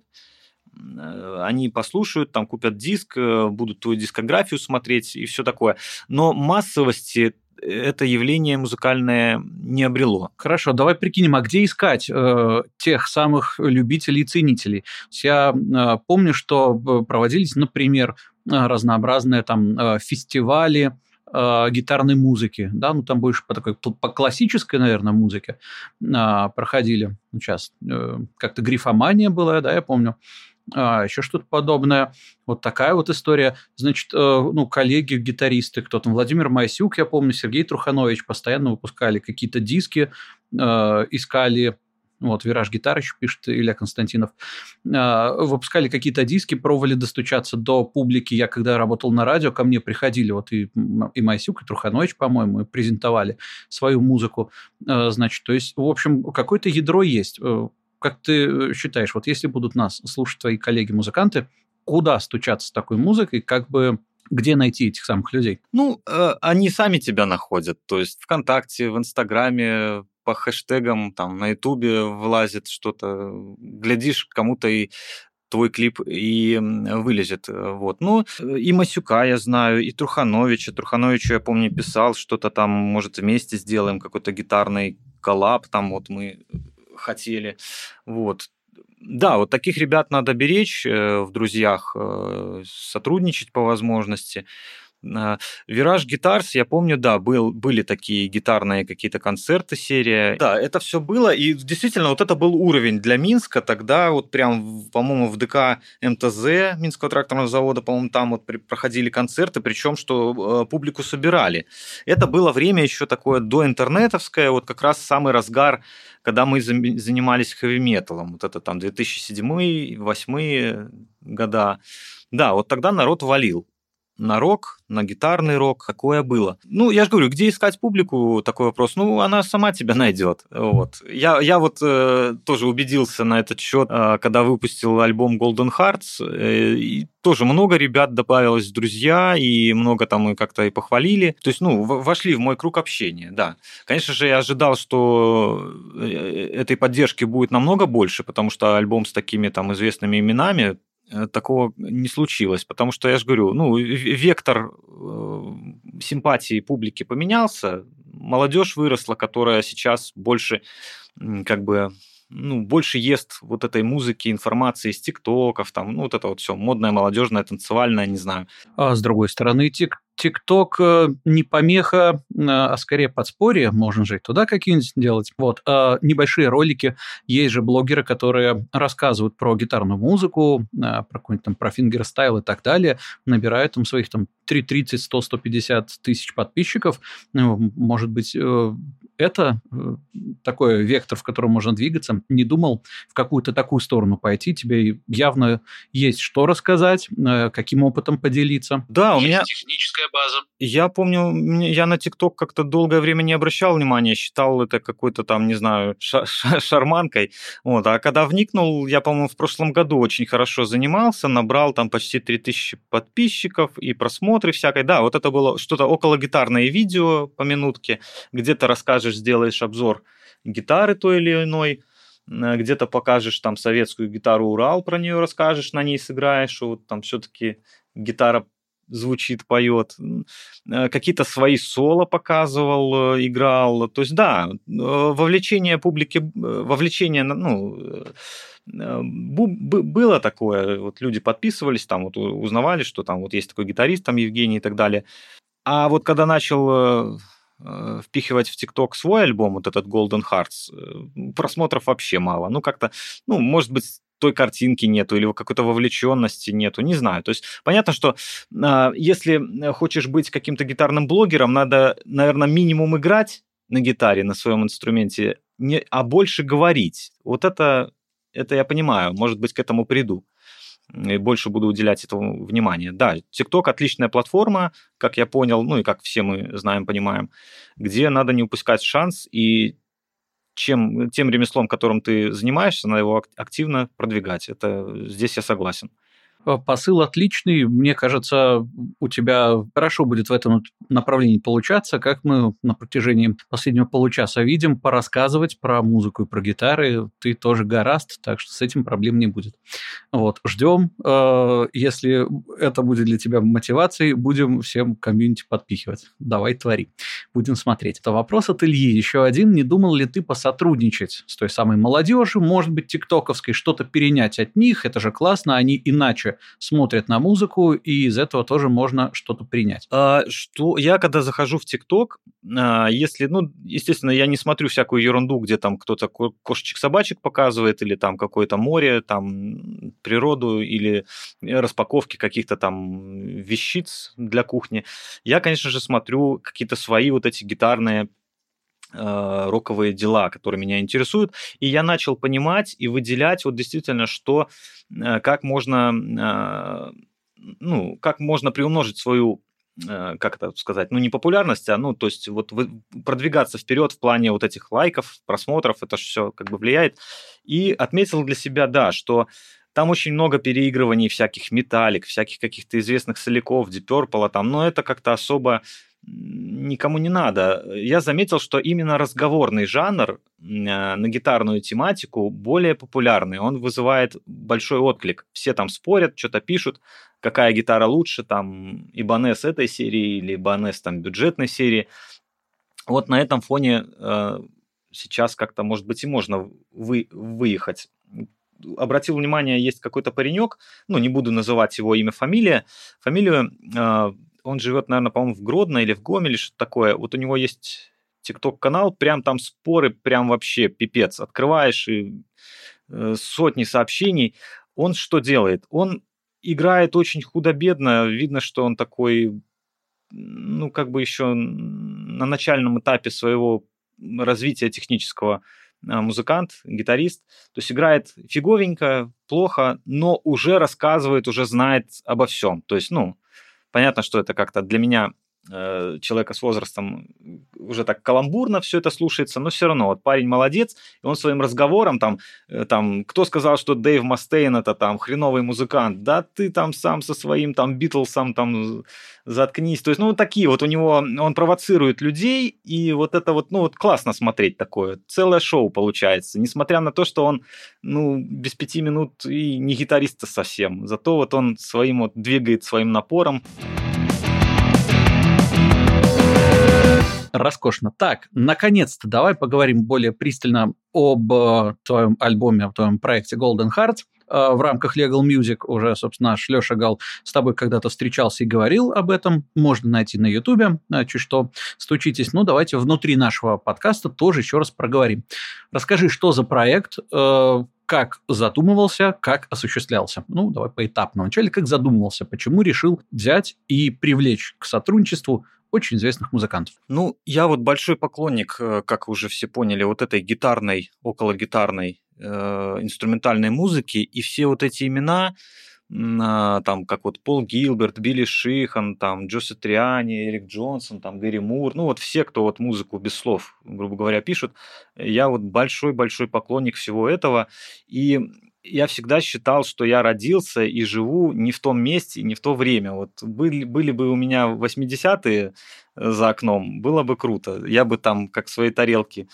они послушают, там купят диск, будут твою дискографию смотреть и все такое. Но массовости это явление музыкальное не обрело. Хорошо, давай прикинем, а где искать э, тех самых любителей и ценителей? Я э, помню, что проводились, например, разнообразные там э, фестивали гитарной музыки, да, ну там больше по такой, по классической, наверное, музыке а, проходили. Сейчас э, как-то грифомания была, да, я помню, а, еще что-то подобное. Вот такая вот история. Значит, э, ну, коллеги-гитаристы, кто там, Владимир Майсюк, я помню, Сергей Труханович постоянно выпускали какие-то диски, э, искали Вот, «Вираж Гитар» еще пишет Илья Константинов. Выпускали какие-то диски, пробовали достучаться до публики. Я когда работал на радио, ко мне приходили вот и, и Майсюк, и Труханович, по-моему, и презентовали свою музыку. Значит, то есть, в общем, какое-то ядро есть. Как ты считаешь, вот если будут нас слушать твои коллеги-музыканты, куда стучаться с такой музыкой, как бы где найти этих самых людей? Ну, э, они сами тебя находят. То есть ВКонтакте, в Инстаграме, по хэштегам, там, на Ютубе вылазит что-то. Глядишь, кому-то и твой клип и вылезет. Вот. Ну, и Масюка я знаю, и Трухановича. Трухановичу, я помню, писал что-то там, может, вместе сделаем какой-то гитарный коллаб, там вот мы хотели. Вот. Да, вот таких ребят надо беречь в друзьях, сотрудничать по возможности. «Вираж Гитарс», я помню, да, был, были такие гитарные какие-то концерты, серия. Да, это все было, и действительно, вот это был уровень для Минска. Тогда вот прям, по-моему, в ДК МТЗ, Минского тракторного завода, по-моему, там вот проходили концерты, причем что публику собирали. Это было время еще такое доинтернетовское, вот как раз самый разгар, когда мы занимались хэви-металом. Вот это там две тысячи седьмой - две тысячи восьмой года. Да, вот тогда народ валил. На рок, на гитарный рок, такое было. Ну, я же говорю, где искать публику, такой вопрос. Ну, она сама тебя найдет. Вот. Я, я вот э, тоже убедился на этот счет, э, когда выпустил альбом Golden Hearts, э, и тоже много ребят добавилось в друзья, и много там и как-то и похвалили. То есть, ну, вошли в мой круг общения, да. Конечно же, я ожидал, что этой поддержки будет намного больше, потому что альбом с такими там известными именами, такого не случилось, потому что, я же говорю, ну, вектор симпатии публики поменялся, молодежь выросла, которая сейчас больше, как бы, ну, больше ест вот этой музыки, информации из тиктоков, там, ну, вот это вот все модное, молодежное, танцевальное, не знаю. А с другой стороны, тик ТикТок не помеха, а скорее подспорье, можно же и туда какие-нибудь делать. Вот, а небольшие ролики, есть же блогеры, которые рассказывают про гитарную музыку, про какой-нибудь там, про фингерстайл и так далее, набирают там своих там три тридцать, сто, сто пятьдесят тысяч подписчиков. Может быть, это такой вектор, в котором можно двигаться. Не думал в какую-то такую сторону пойти, тебе явно есть что рассказать, каким опытом поделиться. Да, у меня техническая база. Я помню, я на ТикТок как-то долгое время не обращал внимания, считал это какой-то там, не знаю, шарманкой. Вот. А когда вникнул, я, по-моему, в прошлом году очень хорошо занимался, набрал там почти три тысячи подписчиков и просмотры всякой. Да, вот это было что-то около гитарное видео по минутке, где-то расскажешь, сделаешь обзор гитары той или иной, где-то покажешь там советскую гитару Урал, про нее расскажешь, на ней сыграешь, вот там все-таки гитара звучит, поет, какие-то свои соло показывал, играл. То есть, да, вовлечение публики, вовлечение, ну, было такое, вот люди подписывались, там вот узнавали, что там вот есть такой гитарист, там Евгений и так далее. А вот когда начал впихивать в ТикТок свой альбом, вот этот Golden Hearts, просмотров вообще мало. Ну, как-то, ну, может быть, той картинки нету или какой-то вовлеченности нету, не знаю. То есть понятно, что э, если хочешь быть каким-то гитарным блогером, надо, наверное, минимум играть на гитаре, на своем инструменте, не, а больше говорить. Вот это, это я понимаю, может быть, к этому приду. И больше буду уделять этому внимание. Да, TikTok отличная платформа, как я понял, ну и как все мы знаем, понимаем, где надо не упускать шанс и чем, тем ремеслом, которым ты занимаешься, надо его активно продвигать. Это здесь я согласен. Посыл отличный. Мне кажется, у тебя хорошо будет в этом направлении получаться, как мы на протяжении последнего получаса видим, порассказывать про музыку и про гитары. Ты тоже гораст, так что с этим проблем не будет. Вот, ждем. Если это будет для тебя мотивацией, будем всем комьюнити подпихивать. Давай, твори. Будем смотреть. Это вопрос от Ильи. Еще один. Не думал ли ты посотрудничать с той самой молодежью, может быть, тиктоковской, что-то перенять от них? Это же классно, они иначе смотрят на музыку, и из этого тоже можно что-то принять. А, что я, когда захожу в ТикТок, а, если, ну, естественно, я не смотрю всякую ерунду, где там кто-то кошечек-собачек показывает, или там какое-то море, там природу, или распаковки каких-то там вещиц для кухни. Я, конечно же, смотрю какие-то свои вот эти гитарные роковые дела, которые меня интересуют, и я начал понимать и выделять вот действительно, что, как можно, ну, как можно приумножить свою, как это сказать, ну, не популярность, а, ну, то есть вот продвигаться вперед в плане вот этих лайков, просмотров, это же все как бы влияет, и отметил для себя, да, что там очень много переигрываний всяких металлик, всяких каких-то известных соляков, Deep Purple, там, но это как-то особо никому не надо. Я заметил, что именно разговорный жанр на гитарную тематику более популярный. Он вызывает большой отклик. Все там спорят, что-то пишут, какая гитара лучше, там, Ibanez этой серии или Ibanez там бюджетной серии. Вот на этом фоне э, сейчас как-то, может быть, и можно вы, выехать. Обратил внимание, есть какой-то паренек, ну, не буду называть его имя, фамилия, фамилию, э, он живет, наверное, по-моему, в Гродно или в Гомеле, что-то такое. Вот у него есть тикток-канал, прям там споры, прям вообще пипец. Открываешь и э, сотни сообщений. Он что делает? Он играет очень худо-бедно. Видно, что он такой, ну, как бы еще на начальном этапе своего развития технического музыкант, гитарист. То есть играет фиговенько, плохо, но уже рассказывает, уже знает обо всем. То есть, ну, понятно, что это как-то для меня, э, человека с возрастом, уже так каламбурно все это слушается, но все равно, вот парень молодец, и он своим разговором, там, э, там кто сказал, что Дэйв Мастейн это там хреновый музыкант, да ты там сам со своим там Битлсом там заткнись, то есть, ну, такие вот у него, он провоцирует людей, и вот это вот, ну, вот классно смотреть такое, целое шоу получается, несмотря на то, что он, ну, без пяти минут и не гитарист совсем, зато вот он своим вот двигает своим напором. Роскошно. Так, наконец-то давай поговорим более пристально об э, твоем альбоме, о твоем проекте Golden Hearts. Э, в рамках Legal Music уже, собственно, наш Леша Гал с тобой когда-то встречался и говорил об этом. Можно найти на Ютубе. Э, чуть что, стучитесь. Ну, давайте внутри нашего подкаста тоже еще раз проговорим. Расскажи, что за проект, э, как задумывался, как осуществлялся. Ну, давай поэтапно. Вначале, как задумывался, почему решил взять и привлечь к сотрудничеству очень известных музыкантов. Ну, я вот большой поклонник, как уже все поняли, вот этой гитарной, окологитарной, э, инструментальной музыки, и все вот эти имена, э, там, как вот Пол Гилберт, Билли Шихан, там, Джо Сатриани, Эрик Джонсон, там, Гэри Мур, ну, вот все, кто вот музыку без слов, грубо говоря, пишут, я вот большой-большой поклонник всего этого, и я всегда считал, что я родился и живу не в том месте, не в то время. Вот были, были бы у меня восьмидесятые за окном, было бы круто. Я бы там, как в своей тарелке,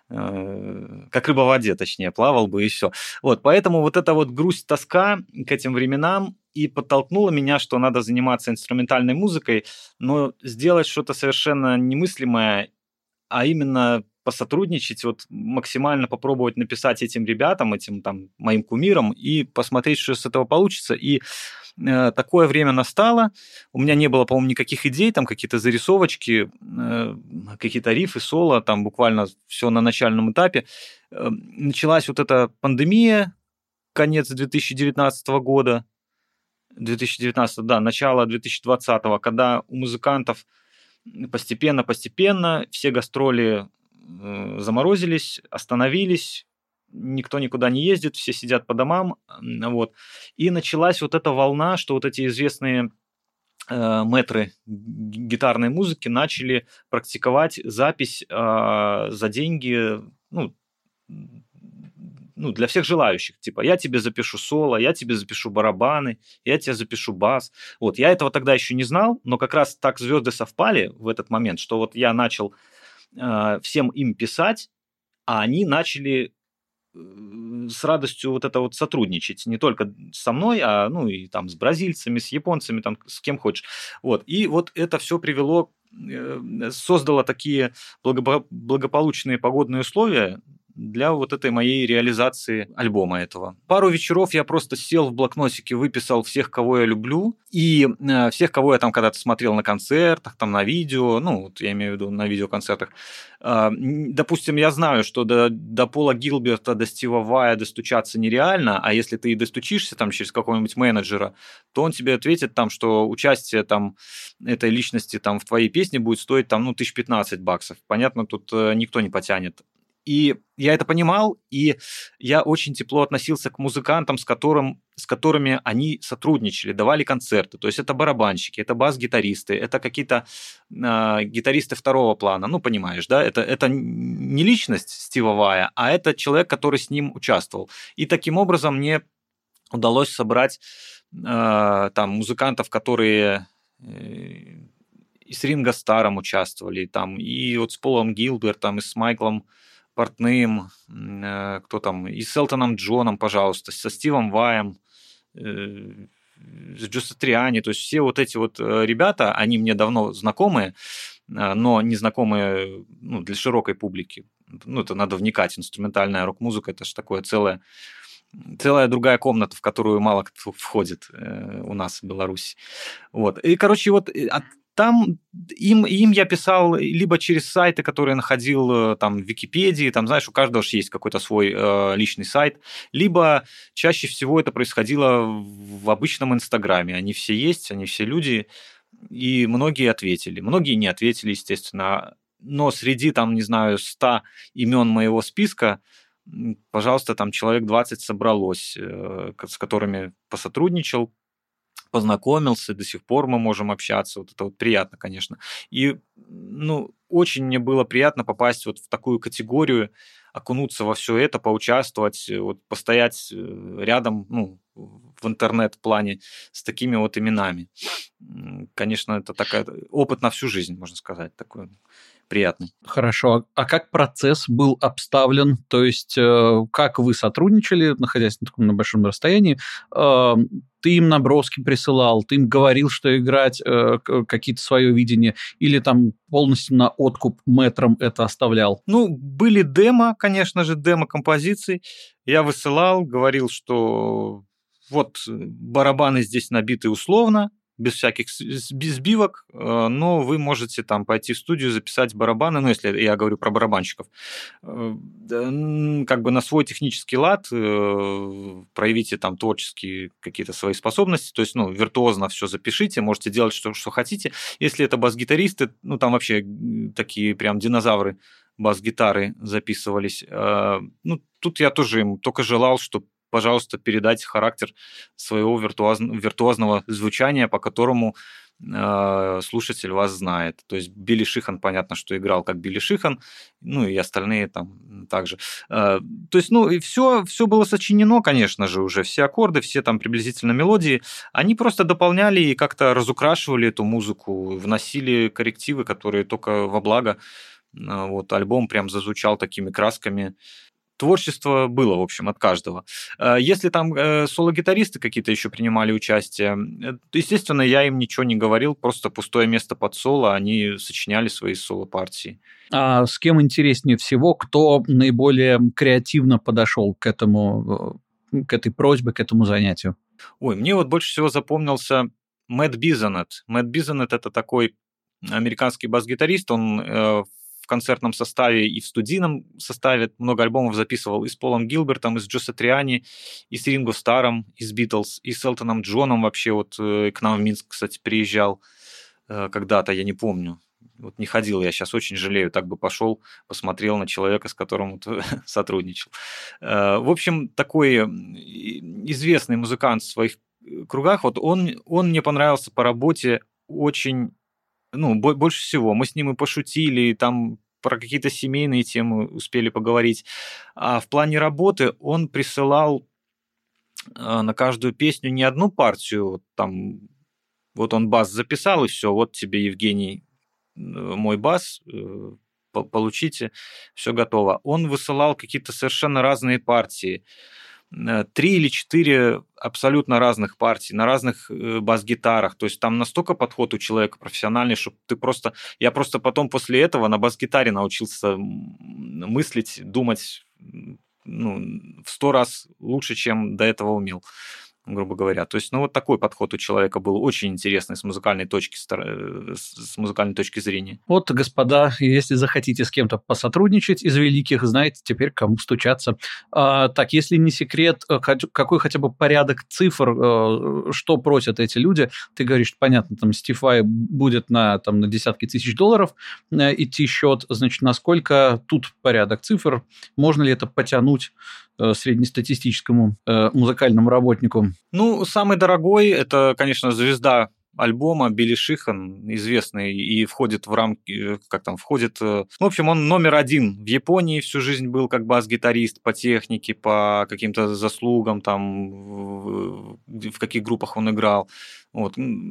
э, как рыба в воде, точнее, плавал бы и все. Вот, поэтому вот эта вот грусть, тоска к этим временам и подтолкнула меня, что надо заниматься инструментальной музыкой, но сделать что-то совершенно немыслимое, а именно посотрудничать, вот максимально попробовать написать этим ребятам, этим там моим кумирам и посмотреть, что с этого получится. И э, такое время настало. У меня не было, по-моему, никаких идей, там какие-то зарисовочки, э, какие-то рифы, соло, там буквально все на начальном этапе. Э, началась вот эта пандемия, конец две тысячи девятнадцатого года, две тысячи девятнадцатого, да, начало две тысячи двадцатого, когда у музыкантов постепенно-постепенно все гастроли заморозились, остановились, никто никуда не ездит, все сидят по домам, вот. И началась вот эта волна, что вот эти известные э, мэтры гитарной музыки начали практиковать запись э, за деньги, ну, ну, для всех желающих. Типа, я тебе запишу соло, я тебе запишу барабаны, я тебе запишу бас. Вот, я этого тогда еще не знал, но как раз так звезды совпали в этот момент, что вот я начал всем им писать, а они начали с радостью вот это вот сотрудничать, не только со мной, а ну и там с бразильцами, с японцами, там с кем хочешь. Вот. И вот это все привело, создало такие благополучные погодные условия для вот этой моей реализации альбома этого. Пару вечеров я просто сел в блокнотике, выписал всех, кого я люблю, и э, всех, кого я там когда-то смотрел на концертах, там на видео, ну, вот я имею в виду на видеоконцертах. Э, допустим, я знаю, что до, до Пола Гилберта, до Стива Вая достучаться нереально, а если ты и достучишься там через какого-нибудь менеджера, то он тебе ответит там, что участие там этой личности там в твоей песне будет стоить там, ну, тысяч пятнадцать баксов. Понятно, тут э, никто не потянет. И я это понимал, и я очень тепло относился к музыкантам, с, которым, с которыми они сотрудничали, давали концерты. То есть это барабанщики, это бас-гитаристы, это какие-то э, гитаристы второго плана. Ну, понимаешь, да? Это, это не личность Стива Вая, а это человек, который с ним участвовал. И таким образом мне удалось собрать э, там музыкантов, которые... Э, и с Ринго Старром участвовали, там, и вот с Полом Гилбертом, и с Майклом Портным, э, кто там, и с Элтоном Джоном, пожалуйста, со Стивом Ваем, э, с Джо Сатриани, то есть все вот эти вот ребята, они мне давно знакомые, э, но не знакомые, ну, для широкой публики. Ну, это надо вникать, инструментальная рок-музыка, это же такое целое, целая другая комната, в которую мало кто входит э, у нас в Беларуси. Вот. И, короче, вот от там им, им я писал либо через сайты, которые находил там в Википедии, там, знаешь, у каждого же есть какой-то свой э, личный сайт, либо чаще всего это происходило в обычном Инстаграме. Они все есть, они все люди, и многие ответили. Многие не ответили, естественно, но среди, там, не знаю, ста имен моего списка, пожалуйста, там человек двадцать собралось, э, с которыми посотрудничал, познакомился, до сих пор мы можем общаться, вот это вот приятно, конечно. И, ну, очень мне было приятно попасть вот в такую категорию, окунуться во все это, поучаствовать, вот постоять рядом, ну, в интернет-плане с такими вот именами. Конечно, это такой опыт на всю жизнь, можно сказать, такой приятный. Хорошо. А как процесс был обставлен? То есть, э, как вы сотрудничали, находясь на таком на большом расстоянии? Э, ты им наброски присылал, ты им говорил, что играть, э, какие-то свое видение, или там полностью на откуп мэтрам это оставлял? Ну, были демо, конечно же, демо-композиций. Я высылал, говорил, что вот барабаны здесь набиты условно, без всяких сбивок, но вы можете там пойти в студию, записать барабаны, ну, если я говорю про барабанщиков, как бы на свой технический лад, проявите там творческие какие-то свои способности, то есть, ну, виртуозно все запишите, можете делать что, что хотите. Если это бас-гитаристы, ну, там вообще такие прям динозавры бас-гитары записывались. Ну, тут я тоже им только желал, чтобы, пожалуйста, передать характер своего виртуоз... виртуозного звучания, по которому э, слушатель вас знает. То есть Билли Шихан, понятно, что играл как Билли Шихан, ну и остальные там также. Э, то есть, ну, и все, все было сочинено, конечно же, уже все аккорды, все там приблизительно мелодии, они просто дополняли и как-то разукрашивали эту музыку, вносили коррективы, которые только во благо. Вот альбом прям зазвучал такими красками. Творчество было, в общем, от каждого. Если там соло-гитаристы какие-то еще принимали участие, естественно, я им ничего не говорил, просто пустое место под соло, они сочиняли свои соло-партии. А с кем интереснее всего, кто наиболее креативно подошел к этому, к этой просьбе, к этому занятию? Ой, мне вот больше всего запомнился Мэтт Бизонет. Мэтт Бизонет – это такой американский бас-гитарист, он в концертном составе и в студийном составе много альбомов записывал и с Полом Гилбертом, и с Джо Сатриани, и с Ринго Старром, и с Битлз, и с Элтоном Джоном вообще вот к нам в Минск, кстати, приезжал когда-то, я не помню. Вот не ходил, я сейчас очень жалею, так бы пошел, посмотрел на человека, с которым вот сотрудничал. В общем, такой известный музыкант в своих кругах, вот он, он мне понравился по работе очень... Ну, больше всего. Мы с ним и пошутили, и там про какие-то семейные темы успели поговорить. А в плане работы он присылал на каждую песню не одну партию, там, вот он бас записал, и все, вот тебе, Евгений, мой бас, получите, все готово. Он высылал какие-то совершенно разные партии. Три или четыре абсолютно разных партий, на разных бас-гитарах. То есть там настолько подход у человека профессиональный, что ты просто... Я просто потом после этого на бас-гитаре научился мыслить, думать ну, в сто раз лучше, чем до этого умел, грубо говоря. То есть, ну, вот такой подход у человека был очень интересный с музыкальной точки, с музыкальной точки зрения. Вот, господа, если захотите с кем-то посотрудничать из великих, знаете теперь, к кому стучаться. А, так, если не секрет, какой хотя бы порядок цифр, что просят эти люди? Ты говоришь, понятно, там Стив Vai будет на, там, на десятки тысяч долларов идти счет, значит, насколько тут порядок цифр? Можно ли это потянуть среднестатистическому э, музыкальному работнику? Ну, самый дорогой – это, конечно, звезда альбома Билли Шихан, известный, и входит в рамки, как там, входит... В общем, он номер один в Японии всю жизнь был как бас-гитарист по технике, по каким-то заслугам, там, в, в каких группах он играл. Вот.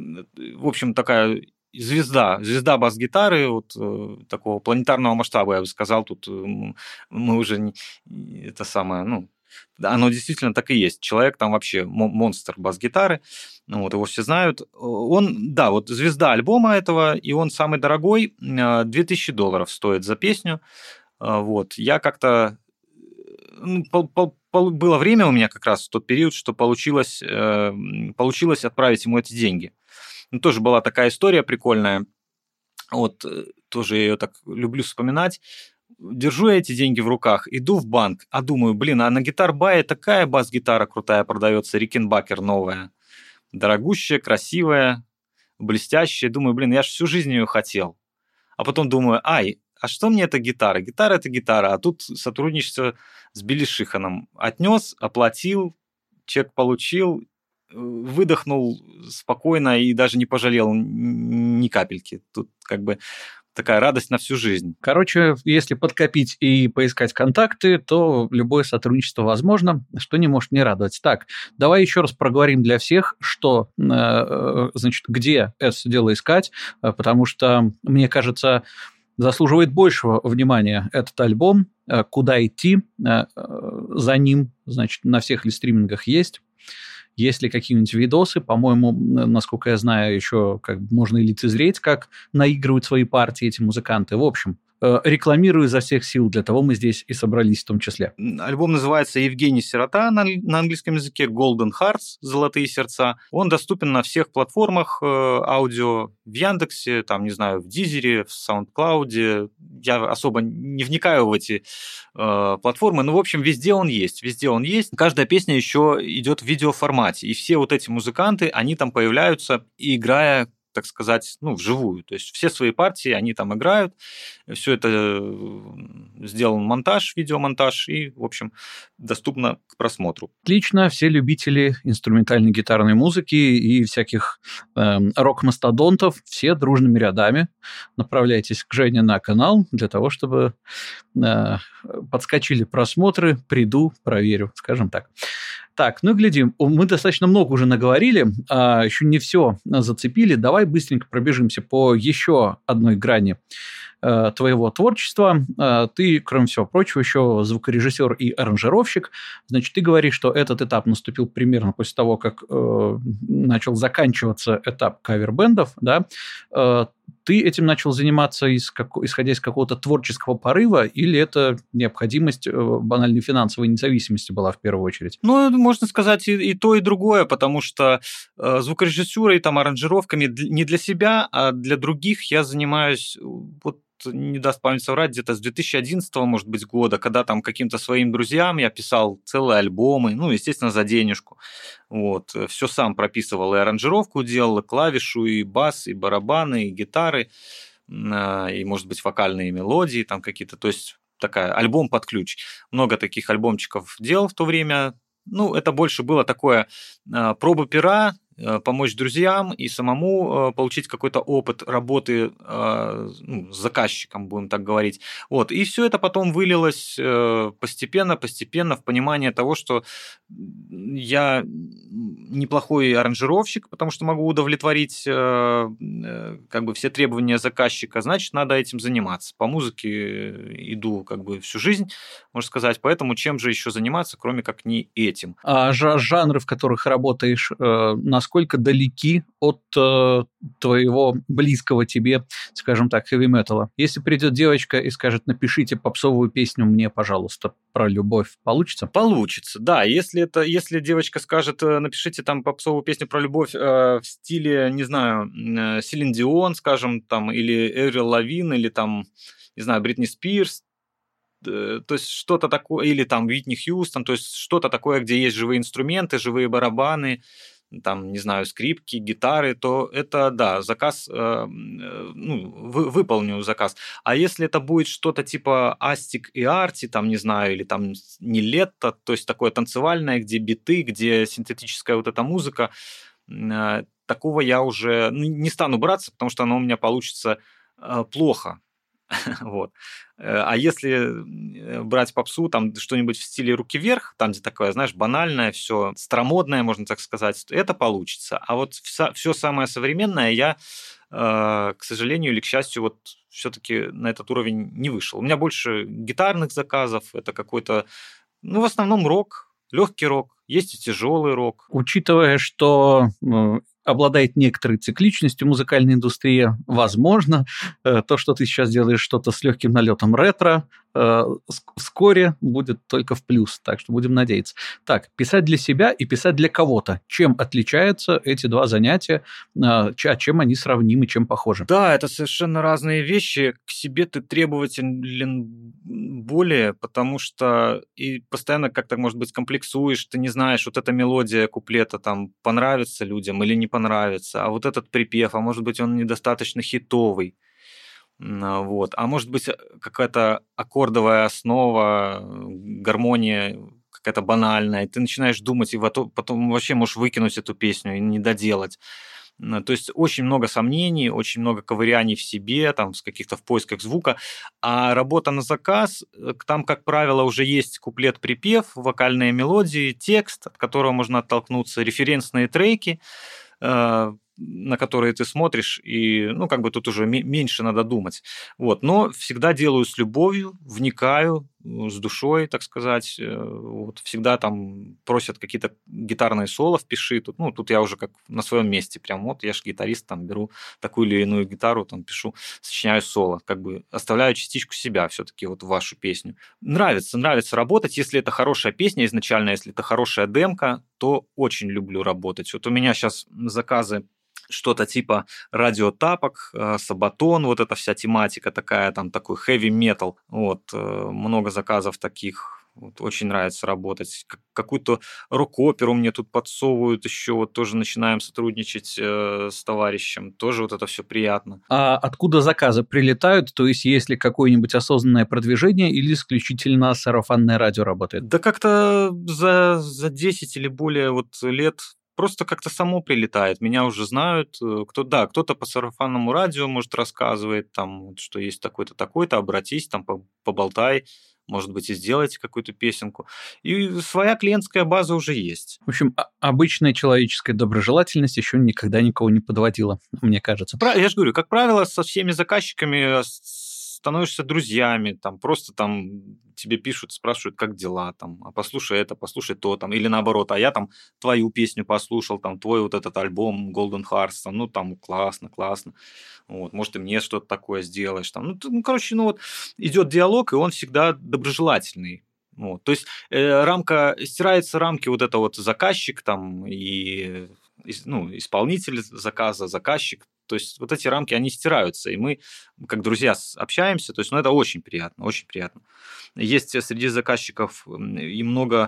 В общем, такая... Звезда, звезда бас-гитары, вот э, такого планетарного масштаба, я бы сказал, тут э, мы уже не, это самое, ну, оно действительно так и есть. Человек там вообще монстр бас-гитары, ну, вот его все знают. Он, да, вот звезда альбома этого, и он самый дорогой, две тысячи долларов стоит за песню. Вот, я как-то... Ну, пол, пол, пол, было время у меня как раз в тот период, что получилось, э, получилось отправить ему эти деньги. Ну, тоже была такая история прикольная. Вот, тоже я ее так люблю вспоминать. Держу я эти деньги в руках, иду в банк, а думаю, блин, а на Гитар-бае такая бас-гитара крутая продается, Рикенбакер новая. Дорогущая, красивая, блестящая. Думаю, блин, я же всю жизнь ее хотел. А потом думаю, ай, а что мне эта гитара? Гитара – это гитара, а тут сотрудничество с Билли Шиханом. Отнес, оплатил, чек получил, выдохнул спокойно и даже не пожалел ни капельки. Тут как бы такая радость на всю жизнь. Короче, если подкопить и поискать контакты, то любое сотрудничество возможно, что не может не радовать. Так, давай еще раз проговорим для всех, что, значит, где это все дело искать, потому что, мне кажется, заслуживает большего внимания этот альбом, куда идти за ним, значит, на всех ли стримингах есть. Есть ли какие-нибудь видосы? По-моему, насколько я знаю, еще как бы можно и лицезреть, как наигрывают свои партии эти музыканты. В общем, рекламирую изо всех сил, для того мы здесь и собрались в том числе. Альбом называется «Евгений Сирота» на, на английском языке, Golden Hearts, «Золотые сердца». Он доступен на всех платформах э, аудио, в Яндексе, там, не знаю, в Дизере, в SoundCloud. Я особо не вникаю в эти э, платформы, но, в общем, везде он есть, везде он есть. Каждая песня еще идет в видеоформате, и все вот эти музыканты, они там появляются, играя, так сказать, ну, вживую. То есть все свои партии они там играют, все это сделан монтаж, видеомонтаж, и, в общем, доступно к просмотру. Отлично, все любители инструментальной гитарной музыки и всяких э, рок-мастодонтов, все дружными рядами направляйтесь к Жене на канал для того, чтобы э, подскочили просмотры, приду, проверю, скажем так. Так, ну глядим, мы достаточно много уже наговорили, а еще не все зацепили. Давай быстренько пробежимся по еще одной грани э, твоего творчества. Э, ты, кроме всего прочего, еще звукорежиссер и аранжировщик. Значит, ты говоришь, что этот этап наступил примерно после того, как э, начал заканчиваться этап кавер-бендов, да? Э, ты этим начал заниматься, из как... исходя из какого-то творческого порыва, или это необходимость банальной финансовой независимости была в первую очередь? Ну, можно сказать и, и то, и другое, потому что э, звукорежиссурой, там, аранжировками не для себя, а для других я занимаюсь, вот, не даст память соврать, где-то с две тысячи одиннадцатого, может быть, года, когда там каким-то своим друзьям я писал целые альбомы, ну, естественно, за денежку. Вот. Все сам прописывал, и аранжировку делал, и клавишу, и бас, и барабаны, и гитары, и, может быть, вокальные мелодии там какие-то, то есть такая альбом под ключ. Много таких альбомчиков делал в то время. Ну, это больше было такое проба пера, помочь друзьям и самому получить какой-то опыт работы ну, с заказчиком, будем так говорить. Вот. И все это потом вылилось постепенно-постепенно в понимание того, что я неплохой аранжировщик, потому что могу удовлетворить как бы все требования заказчика, значит, надо этим заниматься. По музыке иду как бы всю жизнь, можно сказать, поэтому чем же еще заниматься, кроме как не этим. А жанры, в которых работаешь, насколько далеки от э, твоего близкого тебе, скажем так, хэви-металла. Если придет девочка и скажет, напишите попсовую песню мне, пожалуйста, про любовь, получится? Получится, да. Если это, если девочка скажет, напишите там попсовую песню про любовь э, в стиле, не знаю, э, Селин Дион, скажем, там, или Эврил Лавин, или там, не знаю, Бритни Спирс, э, то есть что-то такое, или там Уитни Хьюстон, то есть что-то такое, где есть живые инструменты, живые барабаны, там, не знаю, скрипки, гитары, то это, да, заказ, э, ну, вы, выполню заказ. А если это будет что-то типа Астик и Арти, там, не знаю, или там Нилетто, то есть такое танцевальное, где биты, где синтетическая вот эта музыка, э, такого я уже ну, не стану браться, потому что оно у меня получится э, плохо. Вот. А если брать попсу, там что-нибудь в стиле руки вверх, там, где такое, знаешь, банальное, все старомодное, можно так сказать, это получится. А вот все самое современное я, к сожалению или к счастью, вот все-таки на этот уровень не вышел. У меня больше гитарных заказов, это какой-то, ну, в основном рок, легкий рок, есть и тяжелый рок. Учитывая, что обладает некоторой цикличностью музыкальной индустрии, возможно, то, что ты сейчас делаешь что-то с легким налетом ретро, вскоре будет только в плюс, так что будем надеяться. Так, писать для себя и писать для кого-то. Чем отличаются эти два занятия, а чем они сравнимы, чем похожи? Да, это совершенно разные вещи. К себе ты требователен более, потому что и постоянно как-то, может быть, комплексуешь, ты не знаешь, вот эта мелодия куплета там понравится людям или не понравится, а вот этот припев, а может быть, он недостаточно хитовый. Вот. А может быть, какая-то аккордовая основа, гармония какая-то банальная, и ты начинаешь думать, и потом вообще можешь выкинуть эту песню и не доделать. То есть очень много сомнений, очень много ковыряний в себе, там, в каких-то в поисках звука. А работа на заказ, там, как правило, уже есть куплет-припев, вокальные мелодии, текст, от которого можно оттолкнуться, референсные треки, на которые ты смотришь, и, ну, как бы тут уже меньше надо думать. Вот. Но всегда делаю с любовью, вникаю, с душой, так сказать. Вот. Всегда там просят какие-то гитарные соло впиши. Тут, ну, тут я уже как на своем месте. Прям вот я же гитарист, там беру такую или иную гитару, там пишу, сочиняю соло. Как бы оставляю частичку себя все-таки вот в вашу песню. Нравится, нравится работать. Если это хорошая песня изначально, если это хорошая демка, то очень люблю работать. Вот у меня сейчас заказы что-то типа радиотапок, Сабатон, вот эта вся тематика такая, там такой heavy metal, вот, много заказов таких, вот, очень нравится работать. Какую-то рок-оперу мне тут подсовывают еще, вот тоже начинаем сотрудничать э, с товарищем, тоже вот это все приятно. А откуда заказы прилетают? То есть есть ли какое-нибудь осознанное продвижение или исключительно сарафанное радио работает? Да как-то за, за десять или более вот лет просто как-то само прилетает. Меня уже знают. Кто, да, кто-то по сарафанному радио, может, рассказывает, там, что есть такой-то, такой-то, обратись, там, поболтай, может быть, и сделайте какую-то песенку. И своя клиентская база уже есть. В общем, обычная человеческая доброжелательность еще никогда никого не подводила, мне кажется. Я же говорю, как правило, со всеми заказчиками становишься друзьями, там просто там тебе пишут, спрашивают, как дела, там, а послушай это, послушай то, там, или наоборот, а я там твою песню послушал, там, твой вот этот альбом Golden Hearts, там, ну, там, классно, классно, вот, может, ты мне что-то такое сделаешь, там, ну, ну, короче, ну, вот, идет диалог, и он всегда доброжелательный. Вот, то есть э, рамка, стирается рамки вот это вот заказчик, там, и, ну, исполнитель заказа, заказчик, то есть вот эти рамки, они стираются, и мы как друзья общаемся, то есть ну, это очень приятно, очень приятно. Есть среди заказчиков и много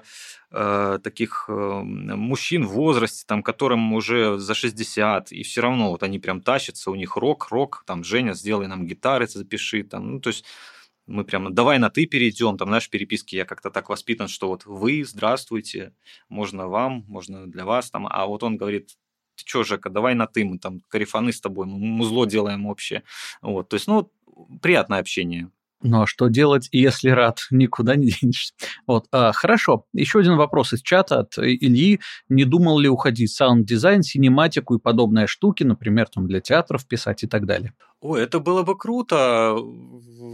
э, таких э, мужчин в возрасте, там, которым уже за шестьдесят, и все равно вот они прям тащатся, у них рок, рок, там, Женя, сделай нам гитары, запиши, там, ну, то есть мы прям, давай на «ты» перейдем, там, знаешь, в переписке я как-то так воспитан, что вот вы, здравствуйте, можно вам, можно для вас, там, а вот он говорит, ты чё, Жека, давай на «ты», мы там карифаны с тобой, мы музло делаем общее. Вот, то есть, ну, приятное общение. Ну, а что делать, если рад? Никуда не денешься. Вот, а, хорошо. Еще один вопрос из чата от Ильи. Не думал ли уходить в саунд-дизайн, синематику и подобные штуки, например, там для театров писать и так далее? Ой, это было бы круто.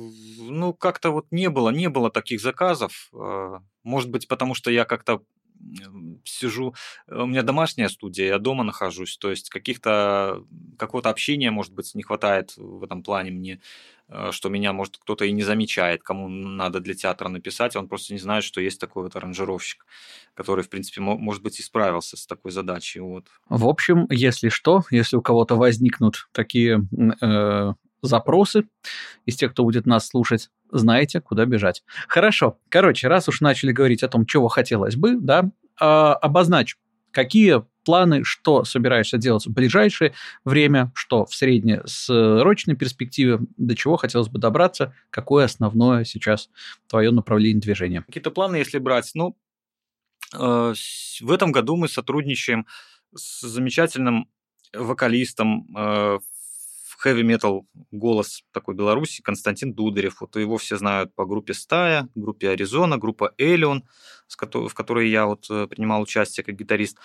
Ну, как-то вот не было, не было таких заказов. Может быть, потому что я как-то сижу, у меня домашняя студия, я дома нахожусь, то есть каких-то, какого-то общения, может быть, не хватает в этом плане мне, что меня, может, кто-то и не замечает, кому надо для театра написать, он просто не знает, что есть такой вот аранжировщик, который, в принципе, может быть, и справился с такой задачей. Вот. В общем, если что, если у кого-то возникнут такие э, запросы из тех, кто будет нас слушать, знаете, куда бежать. Хорошо. Короче, раз уж начали говорить о том, чего хотелось бы, да, э, обозначь, какие планы, что собираешься делать в ближайшее время, что в среднесрочной перспективе, до чего хотелось бы добраться, какое основное сейчас твое направление движения? Какие-то планы, если брать, ну, э, в этом году мы сотрудничаем с замечательным вокалистом э, в хэви-метал голос такой Беларуси Константин Дударев. Вот его все знают по группе «Стая», группе «Аризона», группа «Элион», в которой я вот принимал участие как гитарист.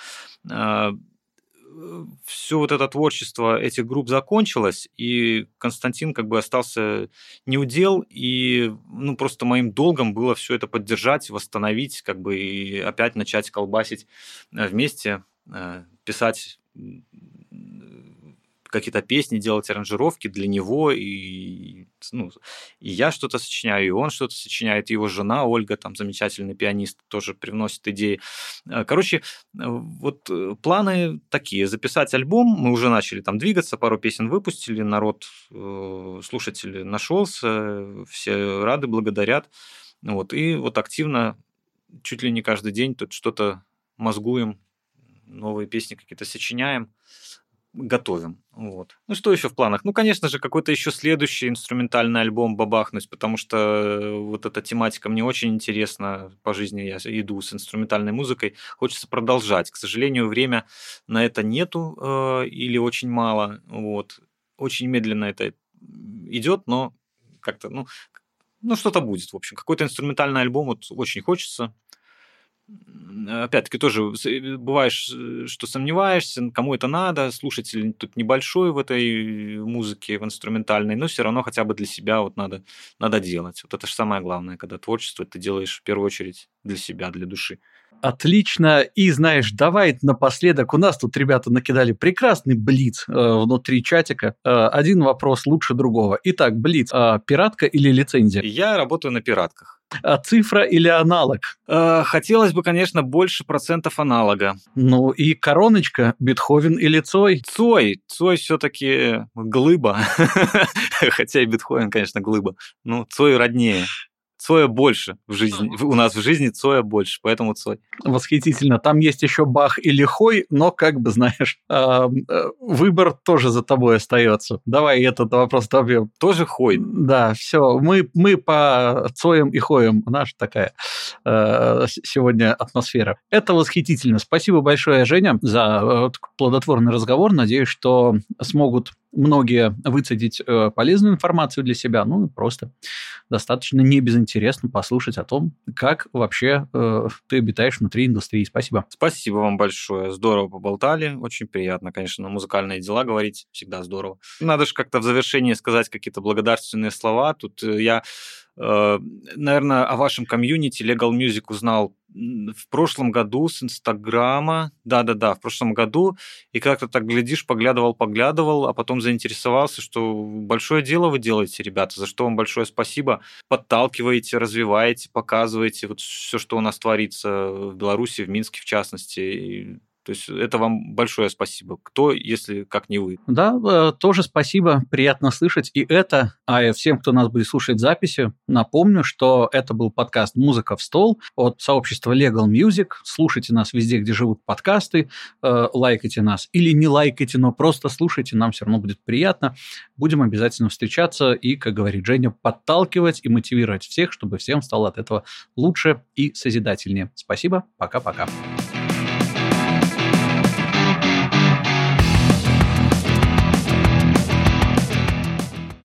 Все вот это творчество этих групп закончилось, и Константин как бы остался неудел, и ну, просто моим долгом было все это поддержать, восстановить, как бы и опять начать колбасить вместе, писать какие-то песни, делать аранжировки для него, и, ну, и я что-то сочиняю, и он что-то сочиняет, и его жена Ольга, там, замечательный пианист, тоже привносит идеи. Короче, вот планы такие. Записать альбом, мы уже начали там двигаться, пару песен выпустили, народ, слушатель нашелся, все рады, благодарят. Вот, и вот активно, чуть ли не каждый день тут что-то мозгуем, новые песни какие-то сочиняем, готовим. Вот. Ну, что еще в планах? Ну, конечно же, какой-то еще следующий инструментальный альбом бабахнуть, потому что вот эта тематика мне очень интересна. По жизни я иду с инструментальной музыкой. Хочется продолжать. К сожалению, время на это нету э, или очень мало. Вот. Очень медленно это идет, но как-то, ну, ну, что-то будет, в общем. Какой-то инструментальный альбом вот очень хочется. Опять-таки тоже бываешь, что сомневаешься, кому это надо, слушатель тут небольшой в этой музыке, в инструментальной, но все равно хотя бы для себя вот надо, надо делать. Вот это же самое главное, когда творчество ты делаешь в первую очередь для себя, для души. Отлично. И знаешь, давай напоследок, у нас тут ребята накидали прекрасный блиц э, внутри чатика. Э, один вопрос лучше другого. Итак, блиц, э, пиратка или лицензия? Я работаю на пиратках. А цифра или аналог? Э, хотелось бы, конечно, больше процентов аналога. Ну и короночка, Бетховен или Цой? Цой. Цой все-таки глыба. Хотя и Бетховен, конечно, глыба. Ну, Цой роднее. Цоя больше в жизни. У нас в жизни Цоя больше, поэтому Цой. Восхитительно. Там есть еще Бах или Хой, но, как бы, знаешь, выбор тоже за тобой остается. Давай этот вопрос добьем. Тоже Хой. Да, все. Мы, мы по Цоям и Хоям. Наша такая э, сегодня атмосфера. Это восхитительно. Спасибо большое, Женя, за э, плодотворный разговор. Надеюсь, что смогут многие выцедить э, полезную информацию для себя, ну и просто достаточно небезынтересно послушать о том, как вообще э, ты обитаешь внутри индустрии. Спасибо. Спасибо вам большое. Здорово поболтали. Очень приятно, конечно, музыкальные дела говорить. Всегда здорово. Надо же как-то в завершении сказать какие-то благодарственные слова. Тут я, э, наверное, о вашем комьюнити Legal Music узнал в прошлом году с Инстаграма. Да-да-да, в прошлом году. И как-то так глядишь, поглядывал, поглядывал, а потом заинтересовался, что большое дело вы делаете, ребята, за что вам большое спасибо. Подталкиваете, развиваете, показываете вот все, что у нас творится в Беларуси, в Минске в частности. И то есть это вам большое спасибо. Кто, если как не вы? Да, тоже спасибо, приятно слышать. И это, а всем, кто нас будет слушать записи, напомню, что это был подкаст «Музыка в стол» от сообщества Legal Music. Слушайте нас везде, где живут подкасты, лайкайте нас или не лайкайте, но просто слушайте, нам все равно будет приятно. Будем обязательно встречаться и, как говорит Женя, подталкивать и мотивировать всех, чтобы всем стало от этого лучше и созидательнее. Спасибо, пока-пока.